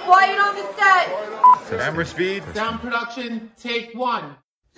Quiet on the set. Camera speed. Sound production, take one.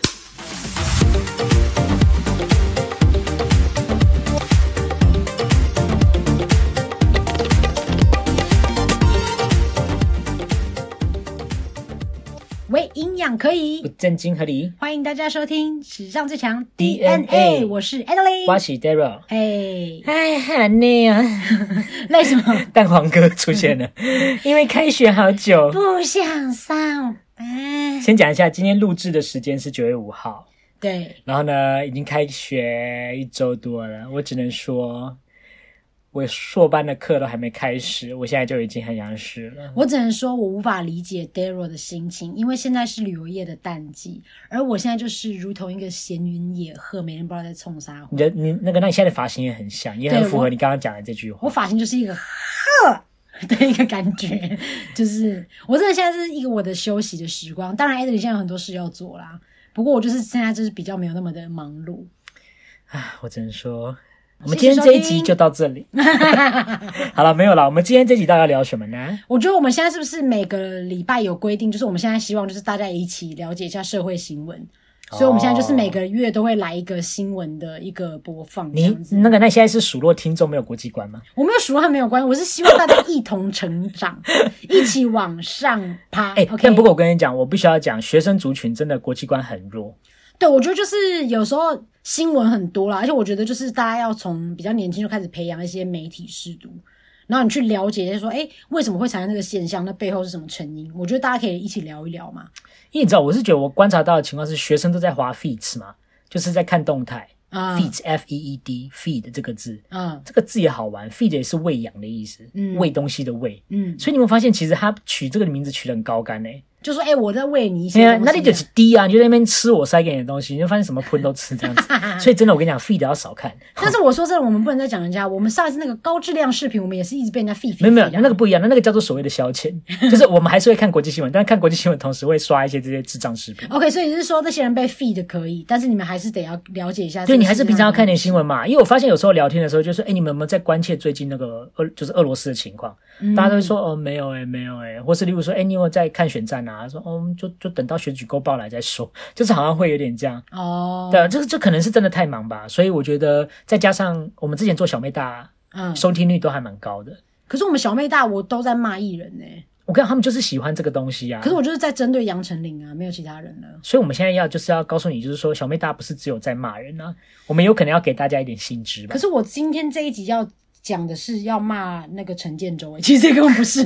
为营养可以不正经合理， 欢迎大家收听史上最强 DNA 我是 Adeline， 我是 Daryl。 嘿， 哎，很累啊！ 累什么？ 蛋黄哥出现了，因为开学好久， 不想上班。 先讲一下，今天录制的时间是9月5号， 对， 然后呢，已经开学1周多了，我只能说，我硕班的课都还没开始，我现在就已经很想死了。 我只能说我无法理解 Daryl 的心情，因为现在是旅游业的淡季，而我现在就是如同一个闲云野鹤，每天不知道在冲啥。 那你现在的发型也很像，也很符合你刚刚讲的这句话。 我发型就是一个鹤的一个感觉，就是我真的现在是一个我的休息的时光。当然 Adeline 现在有很多事要做啦，不过我就是现在就是比较没有那么的忙碌。 啊，我只能说。我们今天这一集就到这里。好了，没有了。我们今天这集到底要聊什么呢？ 我觉得我们现在是不是每个礼拜有规定，就是我们现在希望就是大家一起了解一下社会新闻，所以我们现在就是每个月都会来一个新闻的一个播放。 你那现在是数落听众没有国际观吗？ 我没有数落他没有关系，我是希望大家一同成长，一起往上爬。 okay? 但不过我跟你讲，我必须要讲，学生族群真的国际观很弱。 对，我觉得就是有时候新闻很多啦，而且我觉得就是大家要从比较年轻就开始培养一些媒体识读，然后你去了解说，为什么会产生这个现象，那背后是什么成因？我觉得大家可以一起聊一聊嘛。 因为你知道，我是觉得我观察到的情况是，学生都在滑 feeds 嘛，就是在看动态。feed F-E-E-D feed 这个字，这个字也好玩 ，feed 也是喂养的意思，喂东西的喂，所以你有没有发现，其实他取这个名字取得很高竿欸？ 就说我在喂你一些东西， 那你就是低啊，你就在那边吃我塞给你的东西，你就发现什么喷都吃这样子。所以真的，我跟你讲 ，feed 要少看。 但是我说真的，我们不能再讲人家。我们上一次那个高质量视频，我们也是一直被人家 feed。 没有，那个不一样，那个叫做所谓的消遣，就是我们还是会看国际新闻，但看国际新闻同时会刷一些这些智障视频。 OK， 所以是说那些人被 feed 可以，但是你们还是得要了解一下。 对，你还是平常要看点新闻嘛。因为我发现有时候聊天的时候，就是你们有没有在关切最近那个就是俄罗斯的情况？大家都会说没有没有或是例如说你有没有在看选战啊？说就等到选举公报来再说，就是好像会有点这样对，这可能是真的太忙吧。所以我觉得再加上我们之前做小妹大，收听率都还蛮高的。 可是我们小妹大我都在骂艺人我看他们就是喜欢这个东西啊。 可是我就是在针对杨丞琳啊，没有其他人了。 所以我们现在就是要告诉你，就是说小妹大不是只有在骂人啊，我们有可能要给大家一点新知吧。 可是我今天这一集要讲的是要骂那个陈建州其实这根本不是。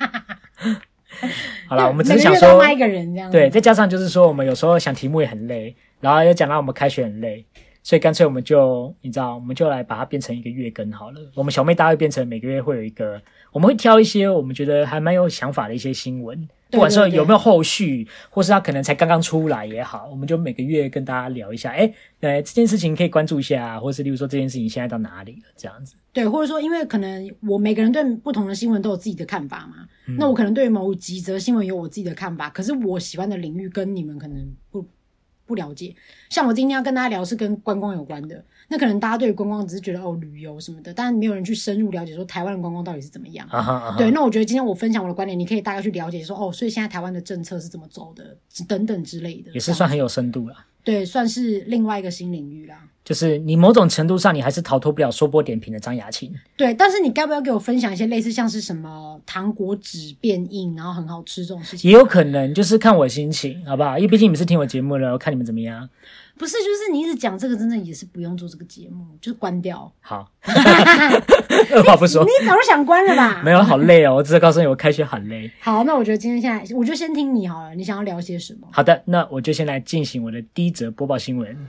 好啦，我们只是想说骂一个人这样。 对，再加上就是说我们有时候想题目也很累，然后又讲到我们开学很累，所以干脆我们就你知道，我们就来把它变成一个月更好了。我们小妹大会变成每个月会有一个，我们会挑一些我们觉得还蛮有想法的一些新闻，不管说有没有后续，或是它可能才刚刚出来也好，我们就每个月跟大家聊一下，这件事情可以关注一下，或是例如说这件事情现在到哪里了这样子。 对，或者说因为可能我每个人对不同的新闻都有自己的看法嘛，那我可能对某几则新闻有我自己的看法，可是我喜欢的领域跟你们可能不了解。像我今天要跟大家聊是跟观光有关的，那可能大家对于观光只是觉得旅游什么的，但没有人去深入了解说台湾的观光到底是怎么样。对，那我觉得今天我分享我的观点，你可以大概去了解说所以现在台湾的政策是怎么走的等等之类的， 也是算很有深度啦。 对，算是另外一个新领域啦。 就是你某种程度上你还是逃脱不了说播点评的张雅琴。 对，但是你该不要给我分享一些类似像是什么糖果纸变硬然后很好吃这种事情？ 也有可能，就是看我心情好不好，因为毕竟你们是听我节目了，我看你们怎么样。 不是，就是你一直讲这个真的也是不用做这个节目，就是关掉。 好。二话不说。 你早就想关了吧？ 没有，好累哦，我只是告诉你我开学很累。 好，那我觉得今天现在我就先听你好了，你想要聊些什么？ 好的，那我就先来进行我的第一则播报新闻。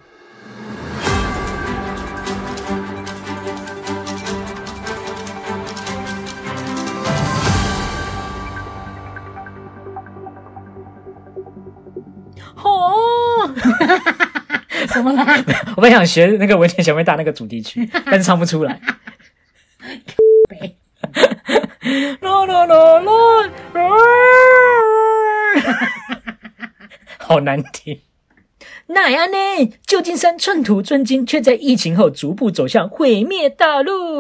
什么啦？ 我本想学那个文田小妹大那个主题曲，但是唱不出来。好难听。那样呢？旧金山寸土寸金，却在疫情后逐步走向毁灭道路。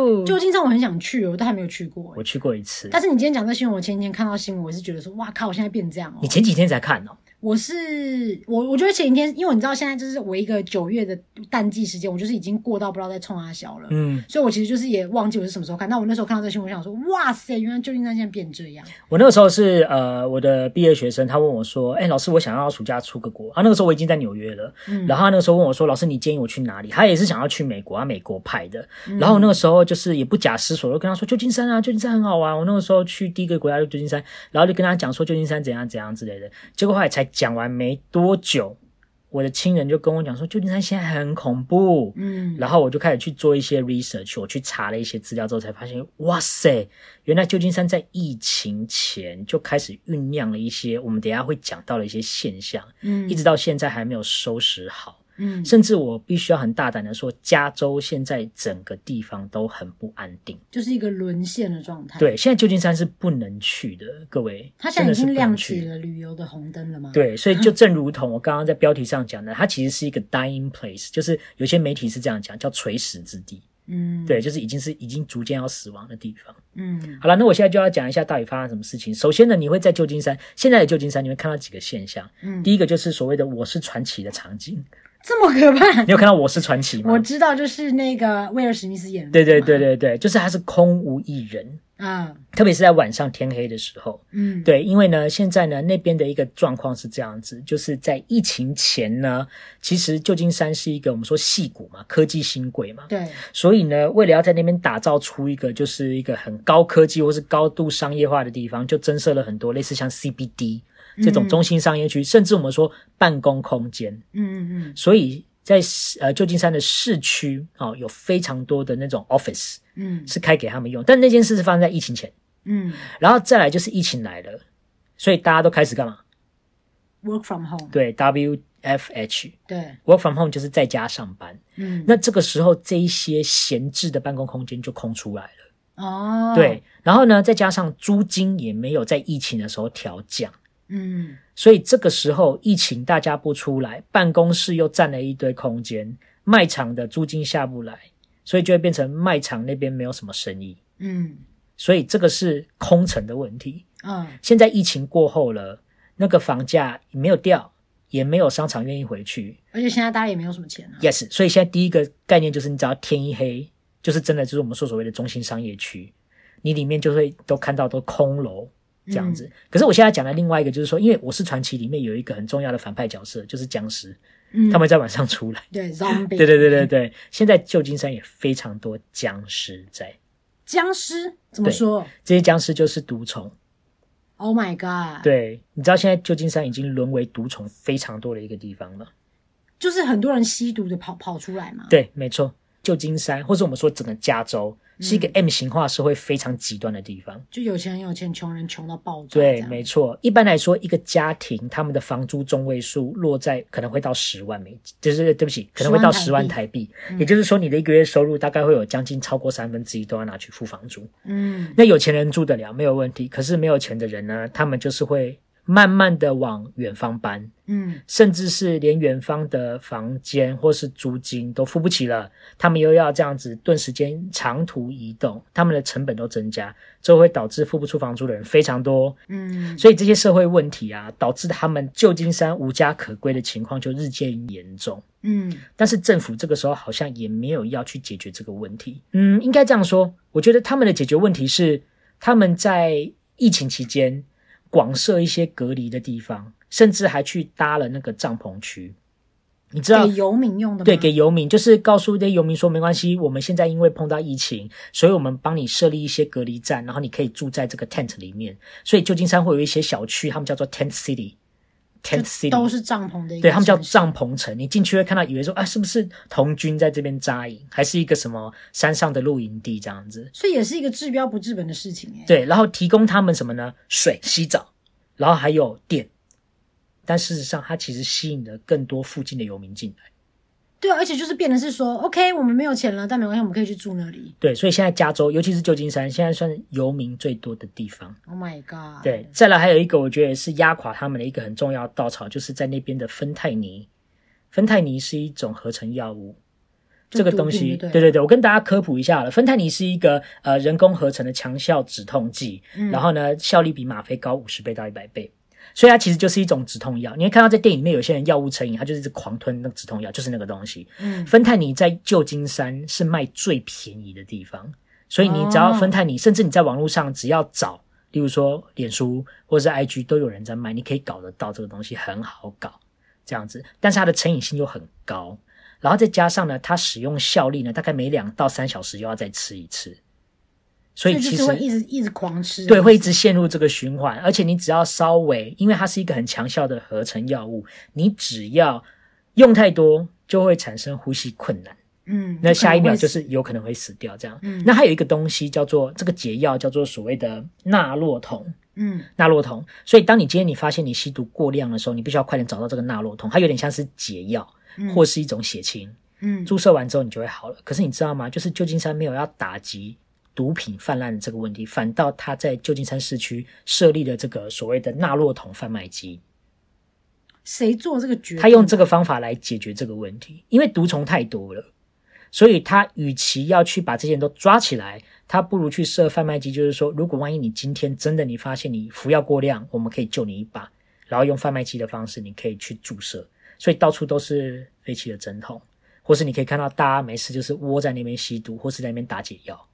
哦， 旧金山我很想去，我都还没有去过。 我去过一次。 但是你今天讲这新闻，我前几天看到新闻，我是觉得说，哇靠，我现在变这样哦。 你前几天才看哦？ 我觉得前几天，因为你知道现在就是我一个9月的淡季时间，我就是已经过到不知道在冲啥小了，所以我其实就是也忘记我是什么时候看。那我那时候看到这新闻，我想说，哇塞，原来旧金山现在变这样。 我那个时候是我的毕业学生，他问我说，老师，我想要暑假出个国。那个时候我已经在纽约了，然后他那个时候问我说，老师你建议我去哪里？他也是想要去美国，美国派的。然后那个时候就是也不假思索，就跟他说旧金山啊，旧金山很好玩。我那个时候去第一个国家就旧金山，然后就跟他讲说旧金山怎样怎样之类的。结果后来才讲完没多久，我的亲人就跟我讲说旧金山现在很恐怖，然后我就开始去做一些 research， 我去查了一些资料之后才发现，哇塞，原来旧金山在疫情前就开始酝酿了一些我们等一下会讲到的一些现象，一直到现在还没有收拾好。甚至我必须要很大胆的说，加州现在整个地方都很不安定， 就是一个沦陷的状态。 对，现在旧金山是不能去的，各位， 它现在已经亮起了旅游的红灯了吗？ 对，所以就正如同我刚刚在标题上讲的，它其实是一个 dying place， 就是有些媒体是这样讲，叫垂死之地。对，就是已经逐渐要死亡的地方。好了，那我现在就要讲一下到底发生什么事情。首先呢，你会在旧金山，现在的旧金山你会看到几个现象。第一个就是所谓的我是传奇的场景。 这么可怕？ 你有看到我是传奇吗？ 我知道，就是那个威尔史密斯演的。 对，就是他是空无一人啊，特别是在晚上天黑的时候。对，因为呢，现在呢那边的一个状况是这样子，就是在疫情前呢，其实旧金山是一个我们说矽谷嘛，科技新贵嘛。 对， 所以呢，为了要在那边打造出一个就是一个很高科技或是高度商业化的地方，就增设了很多类似像 CBD。这种中心商业区，甚至我们说办公空间，所以在旧金山的市区有非常多的那种 office，是开给他们用，但那件事是发生在疫情前，然后再来就是疫情来了，所以大家都开始干嘛 ？Work from home， 对 WFH， 对 ，Work from home 就是在家上班，那这个时候这一些闲置的办公空间就空出来了，对，然后呢，再加上租金也没有在疫情的时候调降。所以这个时候疫情大家不出来，办公室又占了一堆空间，卖场的租金下不来，所以就会变成卖场那边没有什么生意。所以这个是空城的问题。现在疫情过后了，那个房价也没有掉，也没有商场愿意回去， 而且现在大家也没有什么钱 Yes， 所以现在第一个概念就是你只要天一黑，就是真的就是我们说所谓的中心商业区，你里面就会都看到都空楼这样子。可是我现在讲的另外一个就是说，因为我是传奇里面有一个很重要的反派角色，就是僵尸，他们在晚上出来。 对 ，zombie。 对，现在旧金山也非常多僵尸在。 僵尸怎么说？ 这些僵尸就是毒虫。 Oh my god！ 对，你知道现在旧金山已经沦为毒虫非常多的一个地方了， 就是很多人吸毒的跑出来嘛。 对，没错，旧金山或者我们说整个加州。是一个 M 型化社会非常极端的地方， 就有钱很有钱，穷人穷到爆炸。 对，没错。一般来说，一个家庭他们的房租中位数落在可能会到10万美，就是对不起，可能会到10万台币。也就是说，你的一个月收入大概会有将近超过1/3都要拿去付房租。那有钱人住得了没有问题，可是没有钱的人呢，他们就是会慢慢的往远方搬，甚至是连远方的房间或是租金都付不起了，他们又要这样子顿时间长途移动，他们的成本都增加，这会导致付不出房租的人非常多，所以这些社会问题啊，导致他们旧金山无家可归的情况就日渐严重。但是政府这个时候好像也没有要去解决这个问题。应该这样说，我觉得他们的解决问题是他们在疫情期间广设一些隔离的地方，甚至还去搭了那个帐篷区。你知道给游民用的吗？ 对，给游民，就是告诉这些游民说没关系，我们现在因为碰到疫情，所以我们帮你设立一些隔离站，然后你可以住在这个 tent 里面。所以旧金山会有一些小区，他们叫做 tent city。Tent City 都是帐篷的一个， 对，他们叫帐篷城。你进去会看到，以为说是不是童军在这边扎营，还是一个什么山上的露营地这样子？ 所以也是一个治标不治本的事情耶。 对，然后提供他们什么呢？水、洗澡，然后还有电。但事实上，它其实吸引了更多附近的游民进来。 对，而且就是变成是说 ，OK， 我们没有钱了，但没关系，我们可以去住那里。 对，所以现在加州，尤其是旧金山，现在算游民最多的地方。 Oh my god！ 对，再来还有一个，我觉得也是压垮他们的一个很重要的稻草，就是在那边的芬太尼。芬太尼是一种合成药物， 这个东西， 对对，我跟大家科普一下好了。芬太尼是一个人工合成的强效止痛剂，然后呢效力比吗啡高50倍到100倍，所以它其实就是一种止痛药。你会看到在电影里面有些人药物成瘾，他就是一直狂吞那个止痛药，就是那个东西。芬太尼在旧金山是卖最便宜的地方，所以你只要芬太尼，甚至你在网络上只要找，例如说脸书或者是 IG 都有人在卖，你可以搞得到这个东西，很好搞这样子，但是它的成瘾性又很高。然后再加上呢，它使用效力呢，大概每2到3小时又要再吃一次，所以其实就是会一直狂吃， 对，会一直陷入这个循环。而且你只要稍微，因为它是一个很强效的合成药物，你只要用太多，就会产生呼吸困难。那下一秒就是有可能会死掉这样。那还有一个东西叫做这个解药，叫做所谓的纳洛酮。纳洛酮。所以当你今天你发现你吸毒过量的时候，你必须要快点找到这个纳洛酮，它有点像是解药。或是一种血清，注射完之后你就会好了。可是你知道吗？就是旧金山没有要打击毒品泛滥的这个问题，反倒他在旧金山市区设立了这个所谓的纳洛酮贩卖机。 谁做这个决定？ 他用这个方法来解决这个问题，因为毒虫太多了，所以他与其要去把这些人都抓起来，他不如去设贩卖机。就是说，如果万一你今天真的你发现你服药过量，我们可以救你一把，然后用贩卖机的方式你可以去注射。所以到处都是废弃的针筒，或是你可以看到大家没事就是窝在那边吸毒，或是在那边打解药。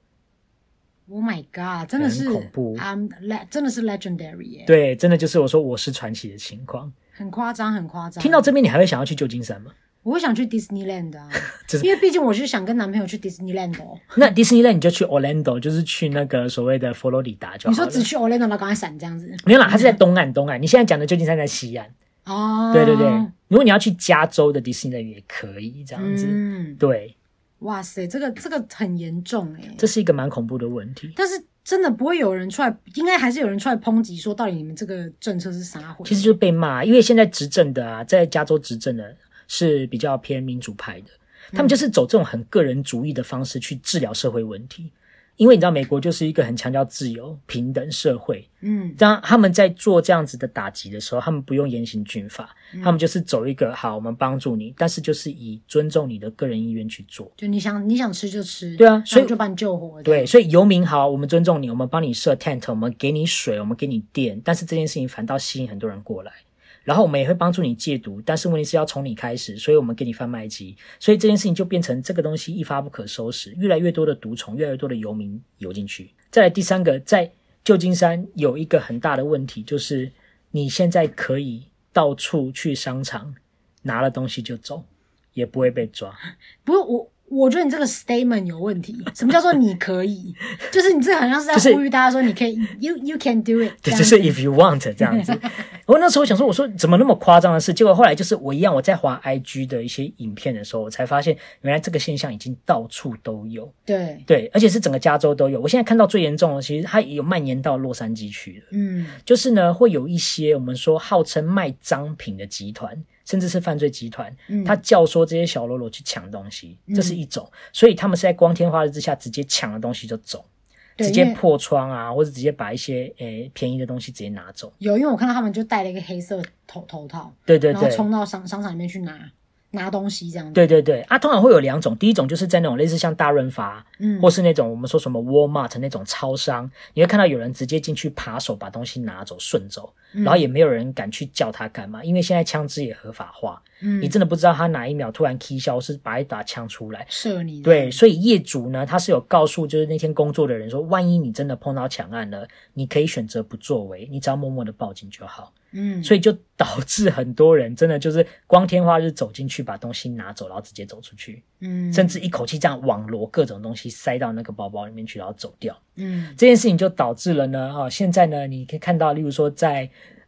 Oh my god， 真的是很恐怖， 真的是 legendary 耶。 对，真的就是我说我是传奇的情况， 很夸张，很夸张。 听到这边你还会想要去旧金山吗？ 我会想去 Disneyland 啊，因为毕竟我是想跟男朋友去 Disneyland 哦。 那 Disneyland 你就去 Orlando， 就是去那个所谓的佛罗里达就好了。 你说只去 Orlando 然后赶快闪这样子？ 没有啦，它是在东岸。你现在讲的旧金山在西岸。 哦， 对，如果你要去加州的迪士尼乐园也可以这样子。对， 哇塞，这个很严重耶， 这是一个蛮恐怖的问题。 但是真的不会有人出来，应该还是有人出来抨击说，到底你们这个政策是啥回事？ 其实就是被骂，因为现在执政的啊，在加州执政的是比较偏民主派的，他们就是走这种很个人主义的方式去治疗社会问题。因为你知道美国就是一个很强调自由平等社会，当他们在做这样子的打击的时候，他们不用严刑峻法，他们就是走一个好，我们帮助你，但是就是以尊重你的个人意愿去做， 就你想吃就吃， 对啊，所以就把你救活， 对，所以游民好，我们尊重你，我们帮你设 tent， 我们给你水，我们给你电，但是这件事情反倒吸引很多人过来。然后我们也会帮助你戒毒，但是问题是要从你开始，所以我们给你贩卖机，所以这件事情就变成这个东西一发不可收拾，越来越多的毒虫，越来越多的游民游进去。再来第三个，在旧金山有一个很大的问题，就是你现在可以到处去商场拿了东西就走，也不会被抓。 不是我觉得你这个 statement 有问题。什么叫做你可以？就是你这个好像是在呼吁大家说你可以、you can do it。 对，就是 if you want 这样子。我那时候想说，我说怎么那么夸张的事？结果后来就是我在滑 IG 的一些影片的时候，我才发现原来这个现象已经到处都有。对，而且是整个加州都有。我现在看到最严重的，其实它也有蔓延到洛杉矶去了。就是呢，会有一些我们说号称卖赃品的集团。甚至是犯罪集团，他教唆这些小喽啰去抢东西，这是一种，所以他们是在光天化日之下直接抢了东西就走，直接破窗啊，或者直接把一些便宜的东西直接拿走。 有，因为我看到他们就戴了一个黑色头套， 对，然后冲到商场里面去拿东西这样子。 对啊，通常会有2种，第一种就是在那种类似像大润发，或是那种我们说什么 Walmart 那种超商，你会看到有人直接进去扒手把东西拿走顺走，然后也没有人敢去叫他干嘛，因为现在枪支也合法化，你真的不知道他哪一秒突然 key 消是把一把枪出来射你。 对，所以业主呢，他是有告诉就是那天工作的人说，万一你真的碰到抢案了，你可以选择不作为，你只要默默的报警就好。所以就导致很多人真的就是光天化日走进去把东西拿走，然后直接走出去，甚至一口气这样网罗各种东西塞到那个包包里面去，然后走掉。这件事情就导致了呢，现在呢你可以看到，例如说在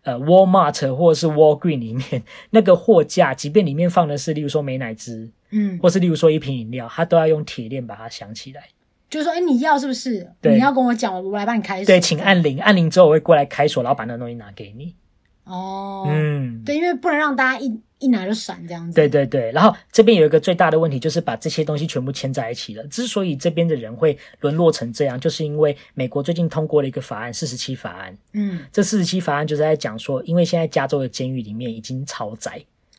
Walmart 或者是 Walgreen 里面那个货架，即便里面放的是例如说美乃滋，或是例如说一瓶饮料，它都要用铁链把它镶起来。 就是说，你要是不是？你要跟我讲，我来帮你开锁。 对，请按铃，按铃之后我会过来开锁，然后把那个东西拿给你。对， 因为不能让大家一拿就闪这样子。 对，然后这边有一个最大的问题，就是把这些东西全部牵在一起了。之所以这边的人会沦落成这样，就是因为美国最近通过了一个法案，47法案。这47法案就是在讲说，因为现在加州的监狱里面已经超载，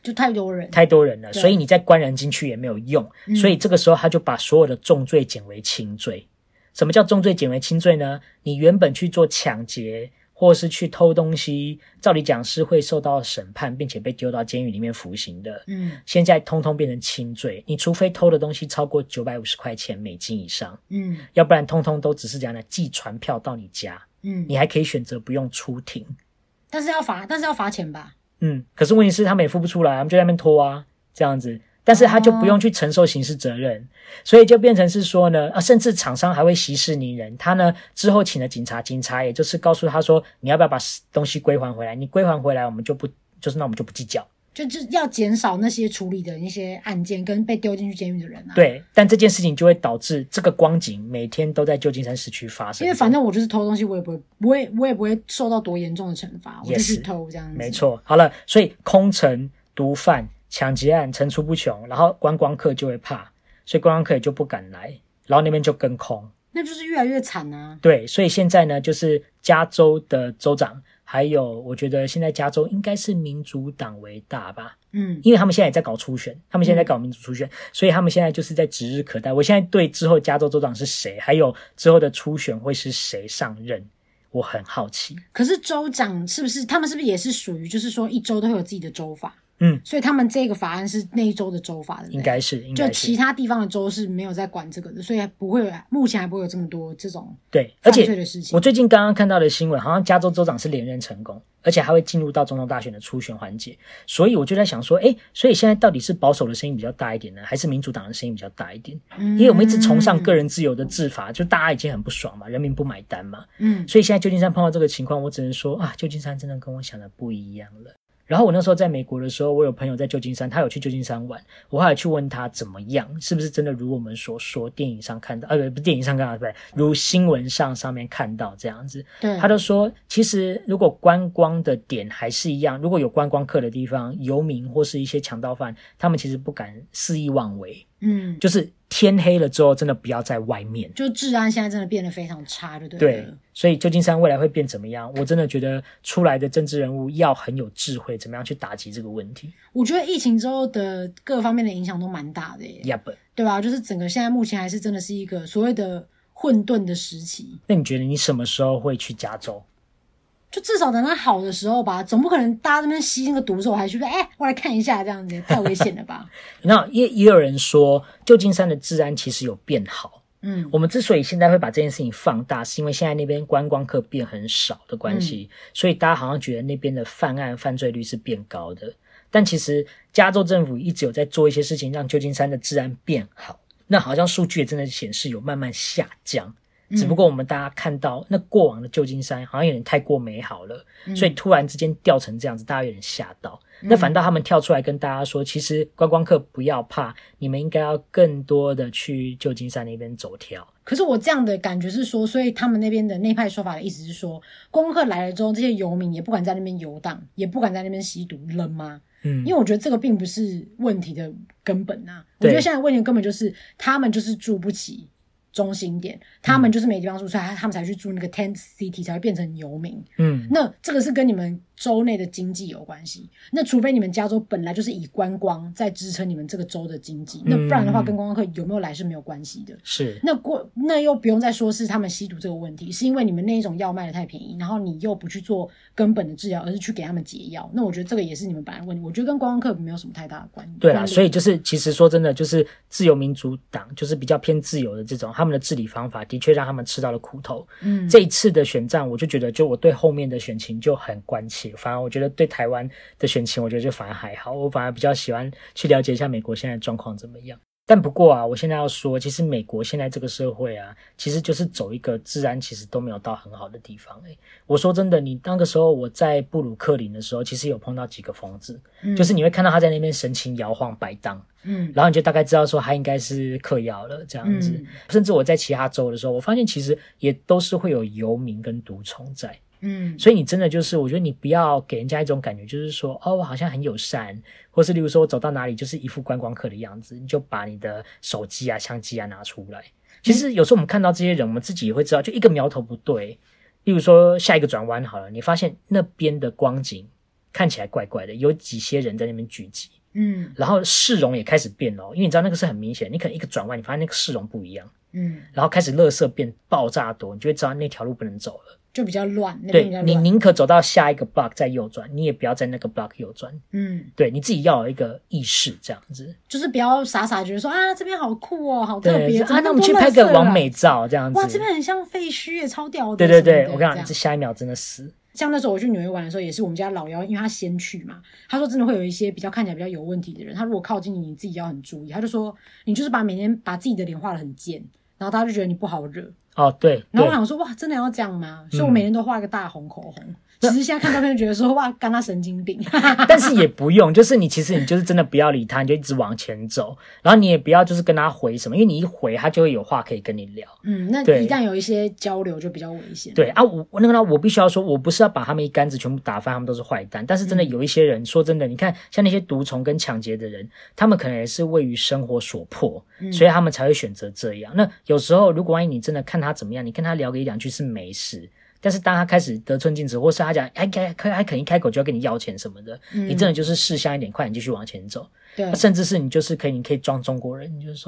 就太多人了，所以你再关人进去也没有用，所以这个时候他就把所有的重罪减为轻罪。什么叫重罪减为轻罪呢？你原本去做抢劫或是去偷东西，照理讲是会受到审判并且被丢到监狱里面服刑的，现在通通变成轻罪，你除非偷的东西超过950块钱美金以上，要不然通通都只是这样的寄传票到你家，你还可以选择不用出庭， 但是要罚钱吧？ 可是问题是他们也付不出来，他们就在那边拖啊，这样子，但是他就不用去承受刑事责任，所以就变成是说呢，甚至厂商还会息事宁人，他呢之后请了警察也就是告诉他说，你要不要把东西归还回来？你归还回来，我们就不计较。 就是要减少那些处理的一些案件跟被丢进去监狱的人啊。 对，但这件事情就会导致这个光景每天都在旧金山市区发生。 因为反正我就是偷东西，我也不会受到多严重的惩罚，我就去偷这样子。 没错，好了，所以空城、毒贩、抢劫案层出不穷，然后观光客就会怕，所以观光客也就不敢来，然后那边就更空， 那就是越来越惨啊。 对，所以现在呢，就是加州的州长。还有我觉得现在加州应该是民主党为大吧，因为他们现在也在搞初选，他们现在在搞民主初选，所以他们现在就是在指日可待。我现在对之后加州州长是谁，还有之后的初选会是谁上任，我很好奇。 可是州长他们是不是也是属于就是说一州都会有自己的州法？所以他们这个法案是那一州的州法的， 应该是就其他地方的州是没有在管这个的，所以目前还不会有这么多这种犯罪的事情。 我最近刚刚看到的新闻，好像加州州长是连任成功，而且还会进入到总统大选的初选环节，所以我就在想说，所以现在到底是保守的声音比较大一点呢，还是民主党的声音比较大一点？因为我们一直崇尚个人自由的治法，就大家已经很不爽嘛，人民不买单嘛，所以现在旧金山碰到这个情况，我只能说啊，旧金山真的跟我想的不一样了。然后我那时候在美国的时候，我有朋友在旧金山，他有去旧金山玩，我后来去问他怎么样，是不是真的如我们所说电影上看到，不是电影上看到，不对，如新闻上面看到这样子。对，他就说其实如果观光的点还是一样，如果有观光客的地方，游民或是一些强盗犯，他们其实不敢肆意妄为，就是天黑了之后真的不要在外面， 就治安现在真的变得非常差，对不对？ 对，所以旧金山未来会变怎么样，我真的觉得出来的政治人物要很有智慧，怎么样去打击这个问题。 我觉得疫情之后的各方面的影响都蛮大的耶，对吧？就是整个现在目前还是真的是一个所谓的混沌的时期。 那你觉得你什么时候会去加州？ 就至少等它好的时候吧，总不可能大家在那边吸那个毒的时候，我还去我来看一下，这样子太危险了吧？ 那也有人说，旧金山的治安其实有变好。我们之所以现在会把这件事情放大，是因为现在那边观光客变很少的关系，所以大家好像觉得那边的犯罪率是变高的。但其实加州政府一直有在做一些事情，让旧金山的治安变好。那好像数据也真的显示有慢慢下降。只不过我们大家看到那过往的旧金山好像有点太过美好了，所以突然之间掉成这样子，大家有点吓到。那反倒他们跳出来跟大家说，其实观光客不要怕，你们应该要更多的去旧金山那边走跳。 可是我这样的感觉是说，所以他们那边的那派说法的意思是说，观光客来了之后，这些游民也不敢在那边游荡，也不敢在那边吸毒了吗？因为我觉得这个并不是问题的根本啊。我觉得现在问题的根本就是他们就是住不起中心点，他们就是没地方住，所以他们才去住那个 tent city， 才会变成游民。那这个是跟你们州内的经济有关系。那除非你们加州本来就是以观光在支撑你们这个州的经济，那不然的话跟观光客有没有来是没有关系的。 是。 那又不用再说是他们吸毒这个问题，是因为你们那一种药卖的太便宜，然后你又不去做根本的治疗，而是去给他们解药。那我觉得这个也是你们本来的问题。我觉得跟观光客没有什么太大的关系。 对啦，所以就是其实说真的，就是自由民主党就是比较偏自由的这种，他们的治理方法的确让他们吃到了苦头。这一次的选战，我就觉得我对后面的选情就很关切。反而我觉得对台湾的选情，我觉得就反而还好。我反而比较喜欢去了解一下美国现在的状况怎么样。但不过啊，我现在要说，其实美国现在这个社会啊，其实就是走一个治安其实都没有到很好的地方。我说真的，你那个时候我在布鲁克林的时候，其实有碰到几个疯子，就是你会看到他在那边神情摇晃摆荡，然后你就大概知道说他应该是嗑药了这样子。甚至我在其他州的时候，我发现其实也都是会有游民跟毒虫在。所以你真的就是我觉得你不要给人家一种感觉就是说我好像很友善，或是例如说我走到哪里就是一副观光客的样子，你就把你的手机啊相机啊拿出来。其实有时候我们看到这些人，我们自己也会知道，就一个苗头不对，例如说下一个转弯好了，你发现那边的光景看起来怪怪的，有几些人在那边聚集，然后市容也开始变因为你知道那个是很明显，你可能一个转弯，你发现那个市容不一样，然后开始垃圾变爆炸多，你就会知道那条路不能走了。 就比较乱，那边比较乱。 对，你宁可走到下一个 block 再右转，你也不要在那个 block 右转。对，你自己要有一个意识，这样子， 就是不要傻傻觉得说啊这边好酷哦，好特别那我们去拍个完美照这样子。 哇，这边很像废墟耶，超屌的。 对，我跟你讲，这下一秒真的死。 像那时候我去纽约玩的时候，也是我们家老幺，因为他先去嘛，他说真的会有一些看起来比较有问题的人，他如果靠近你，你自己要很注意。他就说你就是每天把自己的脸画得很贱，然后大家就觉得你不好惹。 对。 然后我想说，哇，真的要这样吗？所以我每天都画一个大红口红。其实现在看照片就觉得说，哇，干他神经病。 但是也不用，就是你其实你就是真的不要理他，你就一直往前走，然后你也不要就是跟他回什么，因为你一回他就会有话可以跟你聊。 那一旦有一些交流就比较危险。 对啊，我必须要说，我不是要把他们一竿子全部打翻，他们都是坏蛋。但是真的有一些人，说真的，你看像那些毒虫跟抢劫的人，他们可能也是位于生活所迫，所以他们才会选择这样。那有时候如果万一你真的看他怎么样，你跟他聊个一两句是没事。但是当他开始得寸进尺，或是他讲还可能一开口就要跟你要钱什么的，你真的就是识相一点，快点继续往前走。 对， 甚至是你就是你可以装中国人，你就是说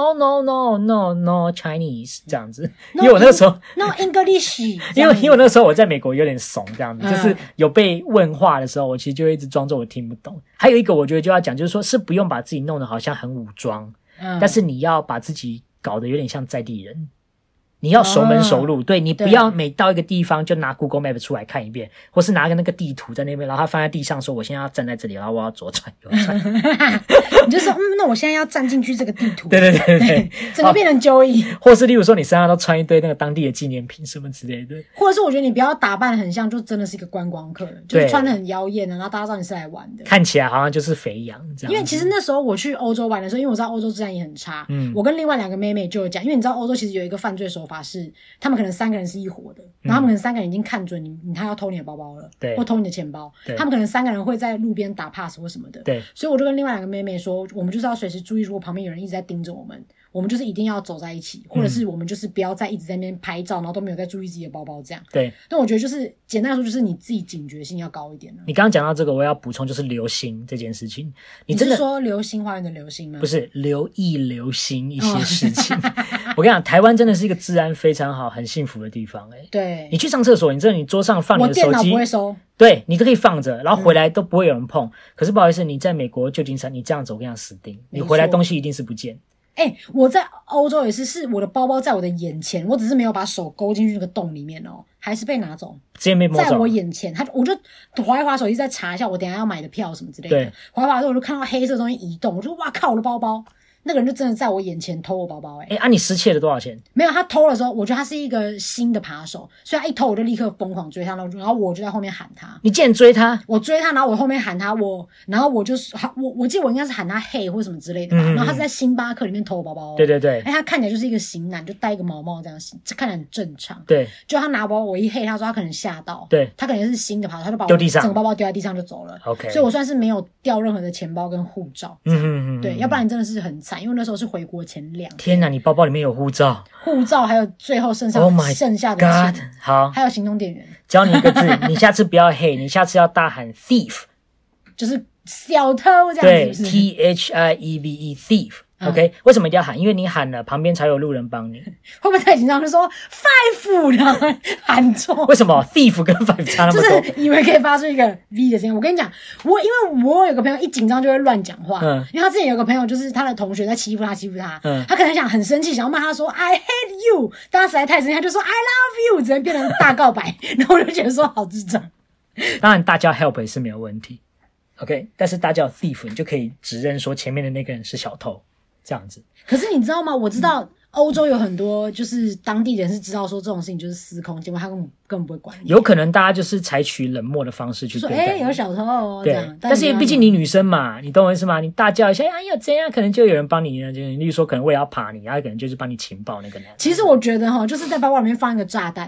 no Chinese 这样子。因为我那个时候 no English， 因为我那个时候我在美国有点怂这样子，就是有被问话的时候，我其实就会一直装作我听不懂。还有一个我觉得就要讲，就是说是不用把自己弄得好像很武装，但是你要把自己搞得有点像在地人。你要熟门熟路，对，你不要每到一个地方就拿 Google Map 出来看一遍，或是拿个那个地图在那边，然后他放在地上说我现在要站在这里，然后我要左转右转。 你就说那我现在要站进去这个地图。 对， 整个变成纠易。 或是例如说你身上都穿一堆那个当地的纪念品什么之类的， 或者是我觉得你不要打扮很像，就真的是一个观光客，就是穿得很妖艳然后大家知道你是来玩的， 看起来好像就是肥羊这样。 因为其实那时候我去欧洲玩的时候，因为我知道欧洲治安也很差，我跟另外2个妹妹就有讲，因为你知道欧洲其实有一个犯罪手法是他们可能3个人是一伙的，然后他们可能3个人已经看准他要偷你的包包了， 对， 或偷你的钱包，他们可能3个人会在路边打 pass 或什么的， 对， 所以我就跟另外2个妹妹说，我们就是要随时注意，如果旁边有人一直在盯着我们就是一定要走在一起，或者是我们就是不要再一直在那边拍照，然后都没有在注意自己的包包这样。 对， 但我觉得就是简单来说，就是你自己警觉性要高一点你刚刚讲到这个，我要补充就是留心这件事情。 你真的是说流星花园的流星吗？ 不是，留心一些事情。我跟你讲，台湾真的是一个治安非常好、很幸福的地方。 对， 你去上厕所，你真的你桌上放你的手机， 我电脑不会收。 对，你都可以放着，然后回来都不会有人碰。可是不好意思，你在美国旧金山，你这样子我跟你讲死定，你回来东西一定是不见。 我在欧洲也是我的包包在我的眼前，我只是没有把手勾进去那个洞里面还是被拿走， 直接被摸走， 在我眼前，我就滑一滑手机再查一下我等一下要买的票什么之类的，滑一滑之后我就看到黑色的东西移动，我就哇靠，我的包包。那个人就真的在我眼前偷我包包你失窃了多少钱？没有，他偷的时候，我觉得他是一个新的扒手，所以他一偷我就立刻疯狂追他，然后我就在后面喊他。 你竟然追他？ 我追他，然后我后面喊他，然后我就是我记得我应该是喊他嘿或什么之类的吧。然后他是在星巴克里面偷我包包。 对。 他看起来就是一个型男，就戴一个毛帽这样，看起来很正常。 对。 就他拿包，我一嘿，他说他可能吓到。 对。 他可能是新的扒手，他就把我丢地上， 整个包包丢在地上就走了。 OK。 所以我算是没有掉任何的钱包跟护照。对，要不然你真的是很惨，因为那时候是回国前2天。 天哪，你包包里面有护照， 还有最后剩下的钱， 好， 还有行动电源。 教你一个字，你下次不要嘿，你下次要大喊 thief， 就是小偷这样子。 对，thieve thief。OK， 为什么一定要喊？因为你喊了，旁边才有路人帮你。 会不会太紧张？就说 five， 然后喊错。 为什么 thief 跟 five 差那么多？ 就是以为可以发出一个 V 的声音。我跟你讲，因为我有个朋友一紧张就会乱讲话。因为他之前有个朋友，就是他的同学在欺负他。他可能想很生气，想要骂他说 I hate you， 但他实在太生气，他就说 I love you， 直接变成大告白。然后我就觉得说好智障。 当然大叫 help 也是没有问题。OK， 但是大叫 thief， 你就可以指认说前面的那个人是小偷。这样子， 可是你知道吗？我知道欧洲有很多就是当地人是知道说这种事情就是司空见惯，他根本不会管你。 有可能大家就是采取冷漠的方式去对待你， 说有小偷这样。 但是毕竟你女生嘛，你懂我意思吗？你大叫一下，哎呀这样，可能就有人帮你呢。就例如说，可能为了要爬你，然后可能就是帮你情报那个男。 其实我觉得就是在包包里面放一个炸弹。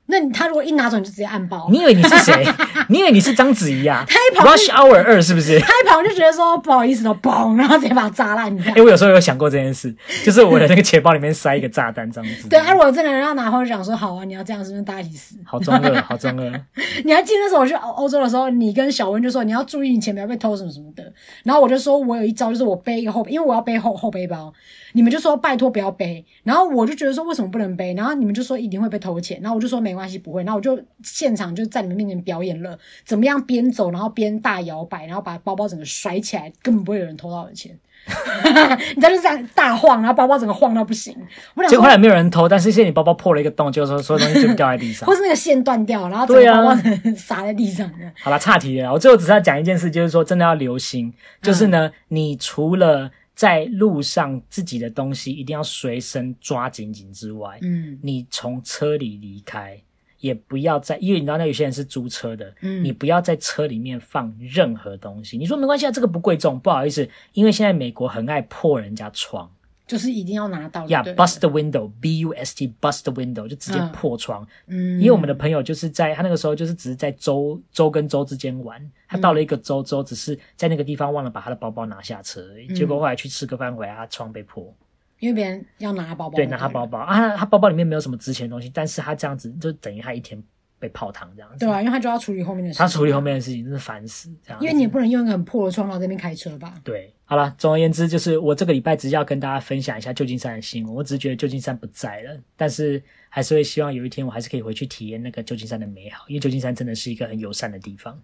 那他如果一拿走，你就直接按爆。 你以为你是谁？你以为你是章子怡啊？ 他一跑 Rush Hour 2是不是？ 他一跑就觉得说不好意思了，嘣，然后直接把它炸烂这样。 我有时候有想过这件事，就是我的那个钱包里面塞一个炸弹这样子。 对，如果真的人要拿回来，就想说好啊，你要这样是不是大家一起死？ 好中二，好中二。 你还记得那时候我去欧洲的时候，你跟小温就说你要注意你钱不要被偷什么什么的，然后我就说我有一招，就是我背一个因为我要背后背包，你们就说拜托不要背，然后我就觉得说为什么不能背，然后你们就说一定会被偷钱，然后我就说没关系不会，然后我就现场就在你们面前表演了怎么样边走然后边大摇摆，然后把包包整个甩起来，根本不会有人偷到我的钱。你知道就这样大晃，然后包包整个晃到不行。 结果后来没有人偷，但是现在你包包破了一个洞，就是说所有东西就掉在地上， 或是那个线断掉，然后整个包包撒在地上。 好啦，岔题了。我最后只是要讲一件事，就是说真的要留心，就是呢，你除了在路上自己的东西一定要随身抓紧紧之外，你从车里离开。也不要在，因为你知道那有些人是租车的，你不要在车里面放任何东西。你说没关系啊，这个不贵重，不好意思，因为现在美国很爱破人家窗， 就是一定要拿到。 bust the window, B-U-S-T, bust the window 就直接破窗。因为我们的朋友就是他那个时候就是只是在州跟州之间玩，他到了一个州只是在那个地方忘了把他的包包拿下车而已，结果后来去吃个饭回来，他窗被破。 因为别人要拿包包， 对，拿他包包啊，他包包里面没有什么值钱的东西，但是他这样子就等于他一天被泡汤这样子， 对吧？因为他就要处理后面的事情， 他处理后面的事情真是烦死，这样子。 因为你也不能用一个很破的窗然后在那边开车吧？ 对，好了，总而言之，就是我这个礼拜只是要跟大家分享一下旧金山的新闻。我只是觉得旧金山不在了，但是还是会希望有一天我还是可以回去体验那个旧金山的美好，因为旧金山真的是一个很友善的地方。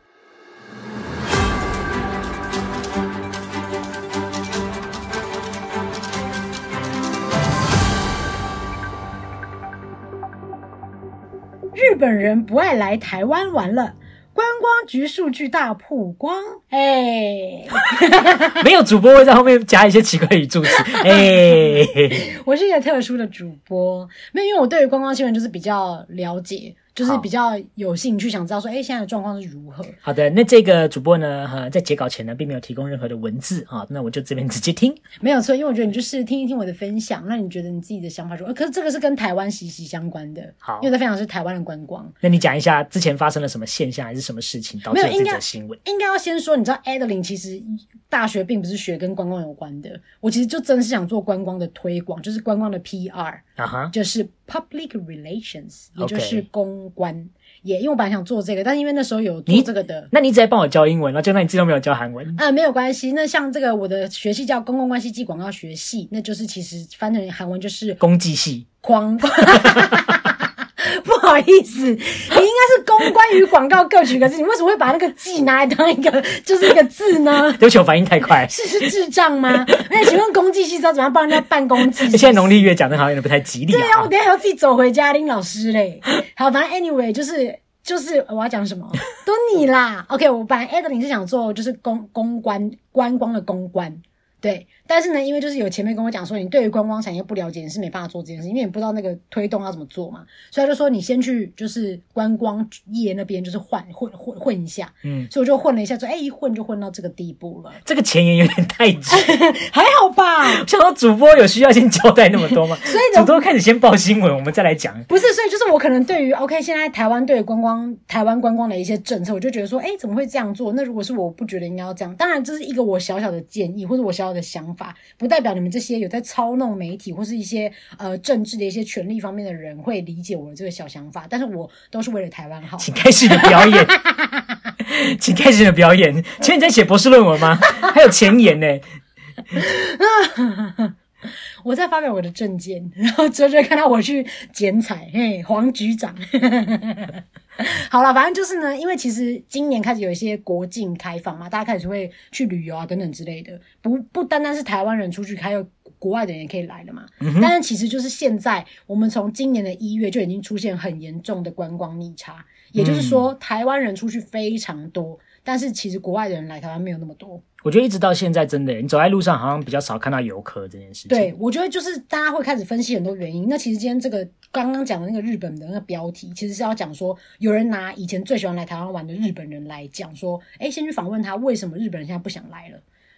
日本人不爱来台湾玩了，观光局数据大曝光。 没有主播会在后面加一些奇怪的语助词。 我是一个特殊的主播，没有，因为我对于观光新闻就是比较了解，就是比较有兴趣想知道说现在的状况是如何。 好的，那这个主播呢在截稿前呢并没有提供任何的文字啊，那我就这边直接听。 没有错，因为我觉得你就是听一听我的分享，那你觉得你自己的想法可是这个是跟台湾息息相关的。 好， 因为我在分享是台湾的观光。 那你讲一下之前发生了什么现象还是什么事情导致了这则新闻？ 应该要先说，你知道 Adeline 其实大学并不是学跟观光有关的，我其实就真的是想做观光的推广，就是观光的 PR，就是 Public Relations， 也就是公关。因为我本来想做这个，但是因为那时候有做这个的， 那你一直在帮我教英文，然后就那你自己都没有教韩文。 没有关系。那像这个我的学系叫公共关系暨广告学系，那就是其实翻成韩文就是公技系。 不好意思，你应该是公关与广告各取个字，你为什么会把那个技拿来当一个就是一个字呢？ 对不起，我反应太快。 是智障吗？那请问公技系知道怎么样帮人家办公技？ 现在农历月讲的好像有点不太吉利。 对啊，我等一下还要自己走回家拎老师嘞。好，反正 anyway 就是我要讲什么都你啦。OK， 我本来 Adeline 是想做就是观光的公关。对，但是呢，因为就是有前辈跟我讲说，你对于观光产业不了解，你是没办法做这件事，因为你不知道那个推动要怎么做嘛，所以他就说你先去就是观光业那边就是混一下，所以我就混了一下，说一混就混到这个地步了。这个前言有点太急， 还好吧？ 想说主播有需要先交代那么多吗？所以主播开始先报新闻，我们再来讲。 不是，所以就是我可能对于 OK 现在台湾对于台湾观光的一些政策，我就觉得说，怎么会这样做？那如果是我不觉得应该要这样，当然这是一个我小小的建议或者我小小的想法，不代表你们这些有在操弄媒体或是一些政治的一些权力方面的人会理解我的这个小想法，但是我都是为了台湾好。请开始你的表演。 请开始你的表演。请问你在写博士论文吗？还有前言呢。 我在发表我的政见，然后之后就看到我去剪彩，黄局长。好了，反正就是呢，因为其实今年开始有一些国境开放嘛，大家开始会去旅游啊等等之类的，不单单是台湾人出去，还有国外的人也可以来了嘛。但是其实就是现在我们从今年的1月就已经出现很严重的观光逆差，也就是说台湾人出去非常多，但是其实国外的人来台湾没有那么多。我觉得一直到现在真的，你走在路上好像比较少看到游客这件事情。 对，我觉得就是大家会开始分析很多原因。那其实今天这个刚刚讲的那个日本的那个标题，其实是要讲说有人拿以前最喜欢来台湾玩的日本人来讲说，先去访问他为什么日本人现在不想来了。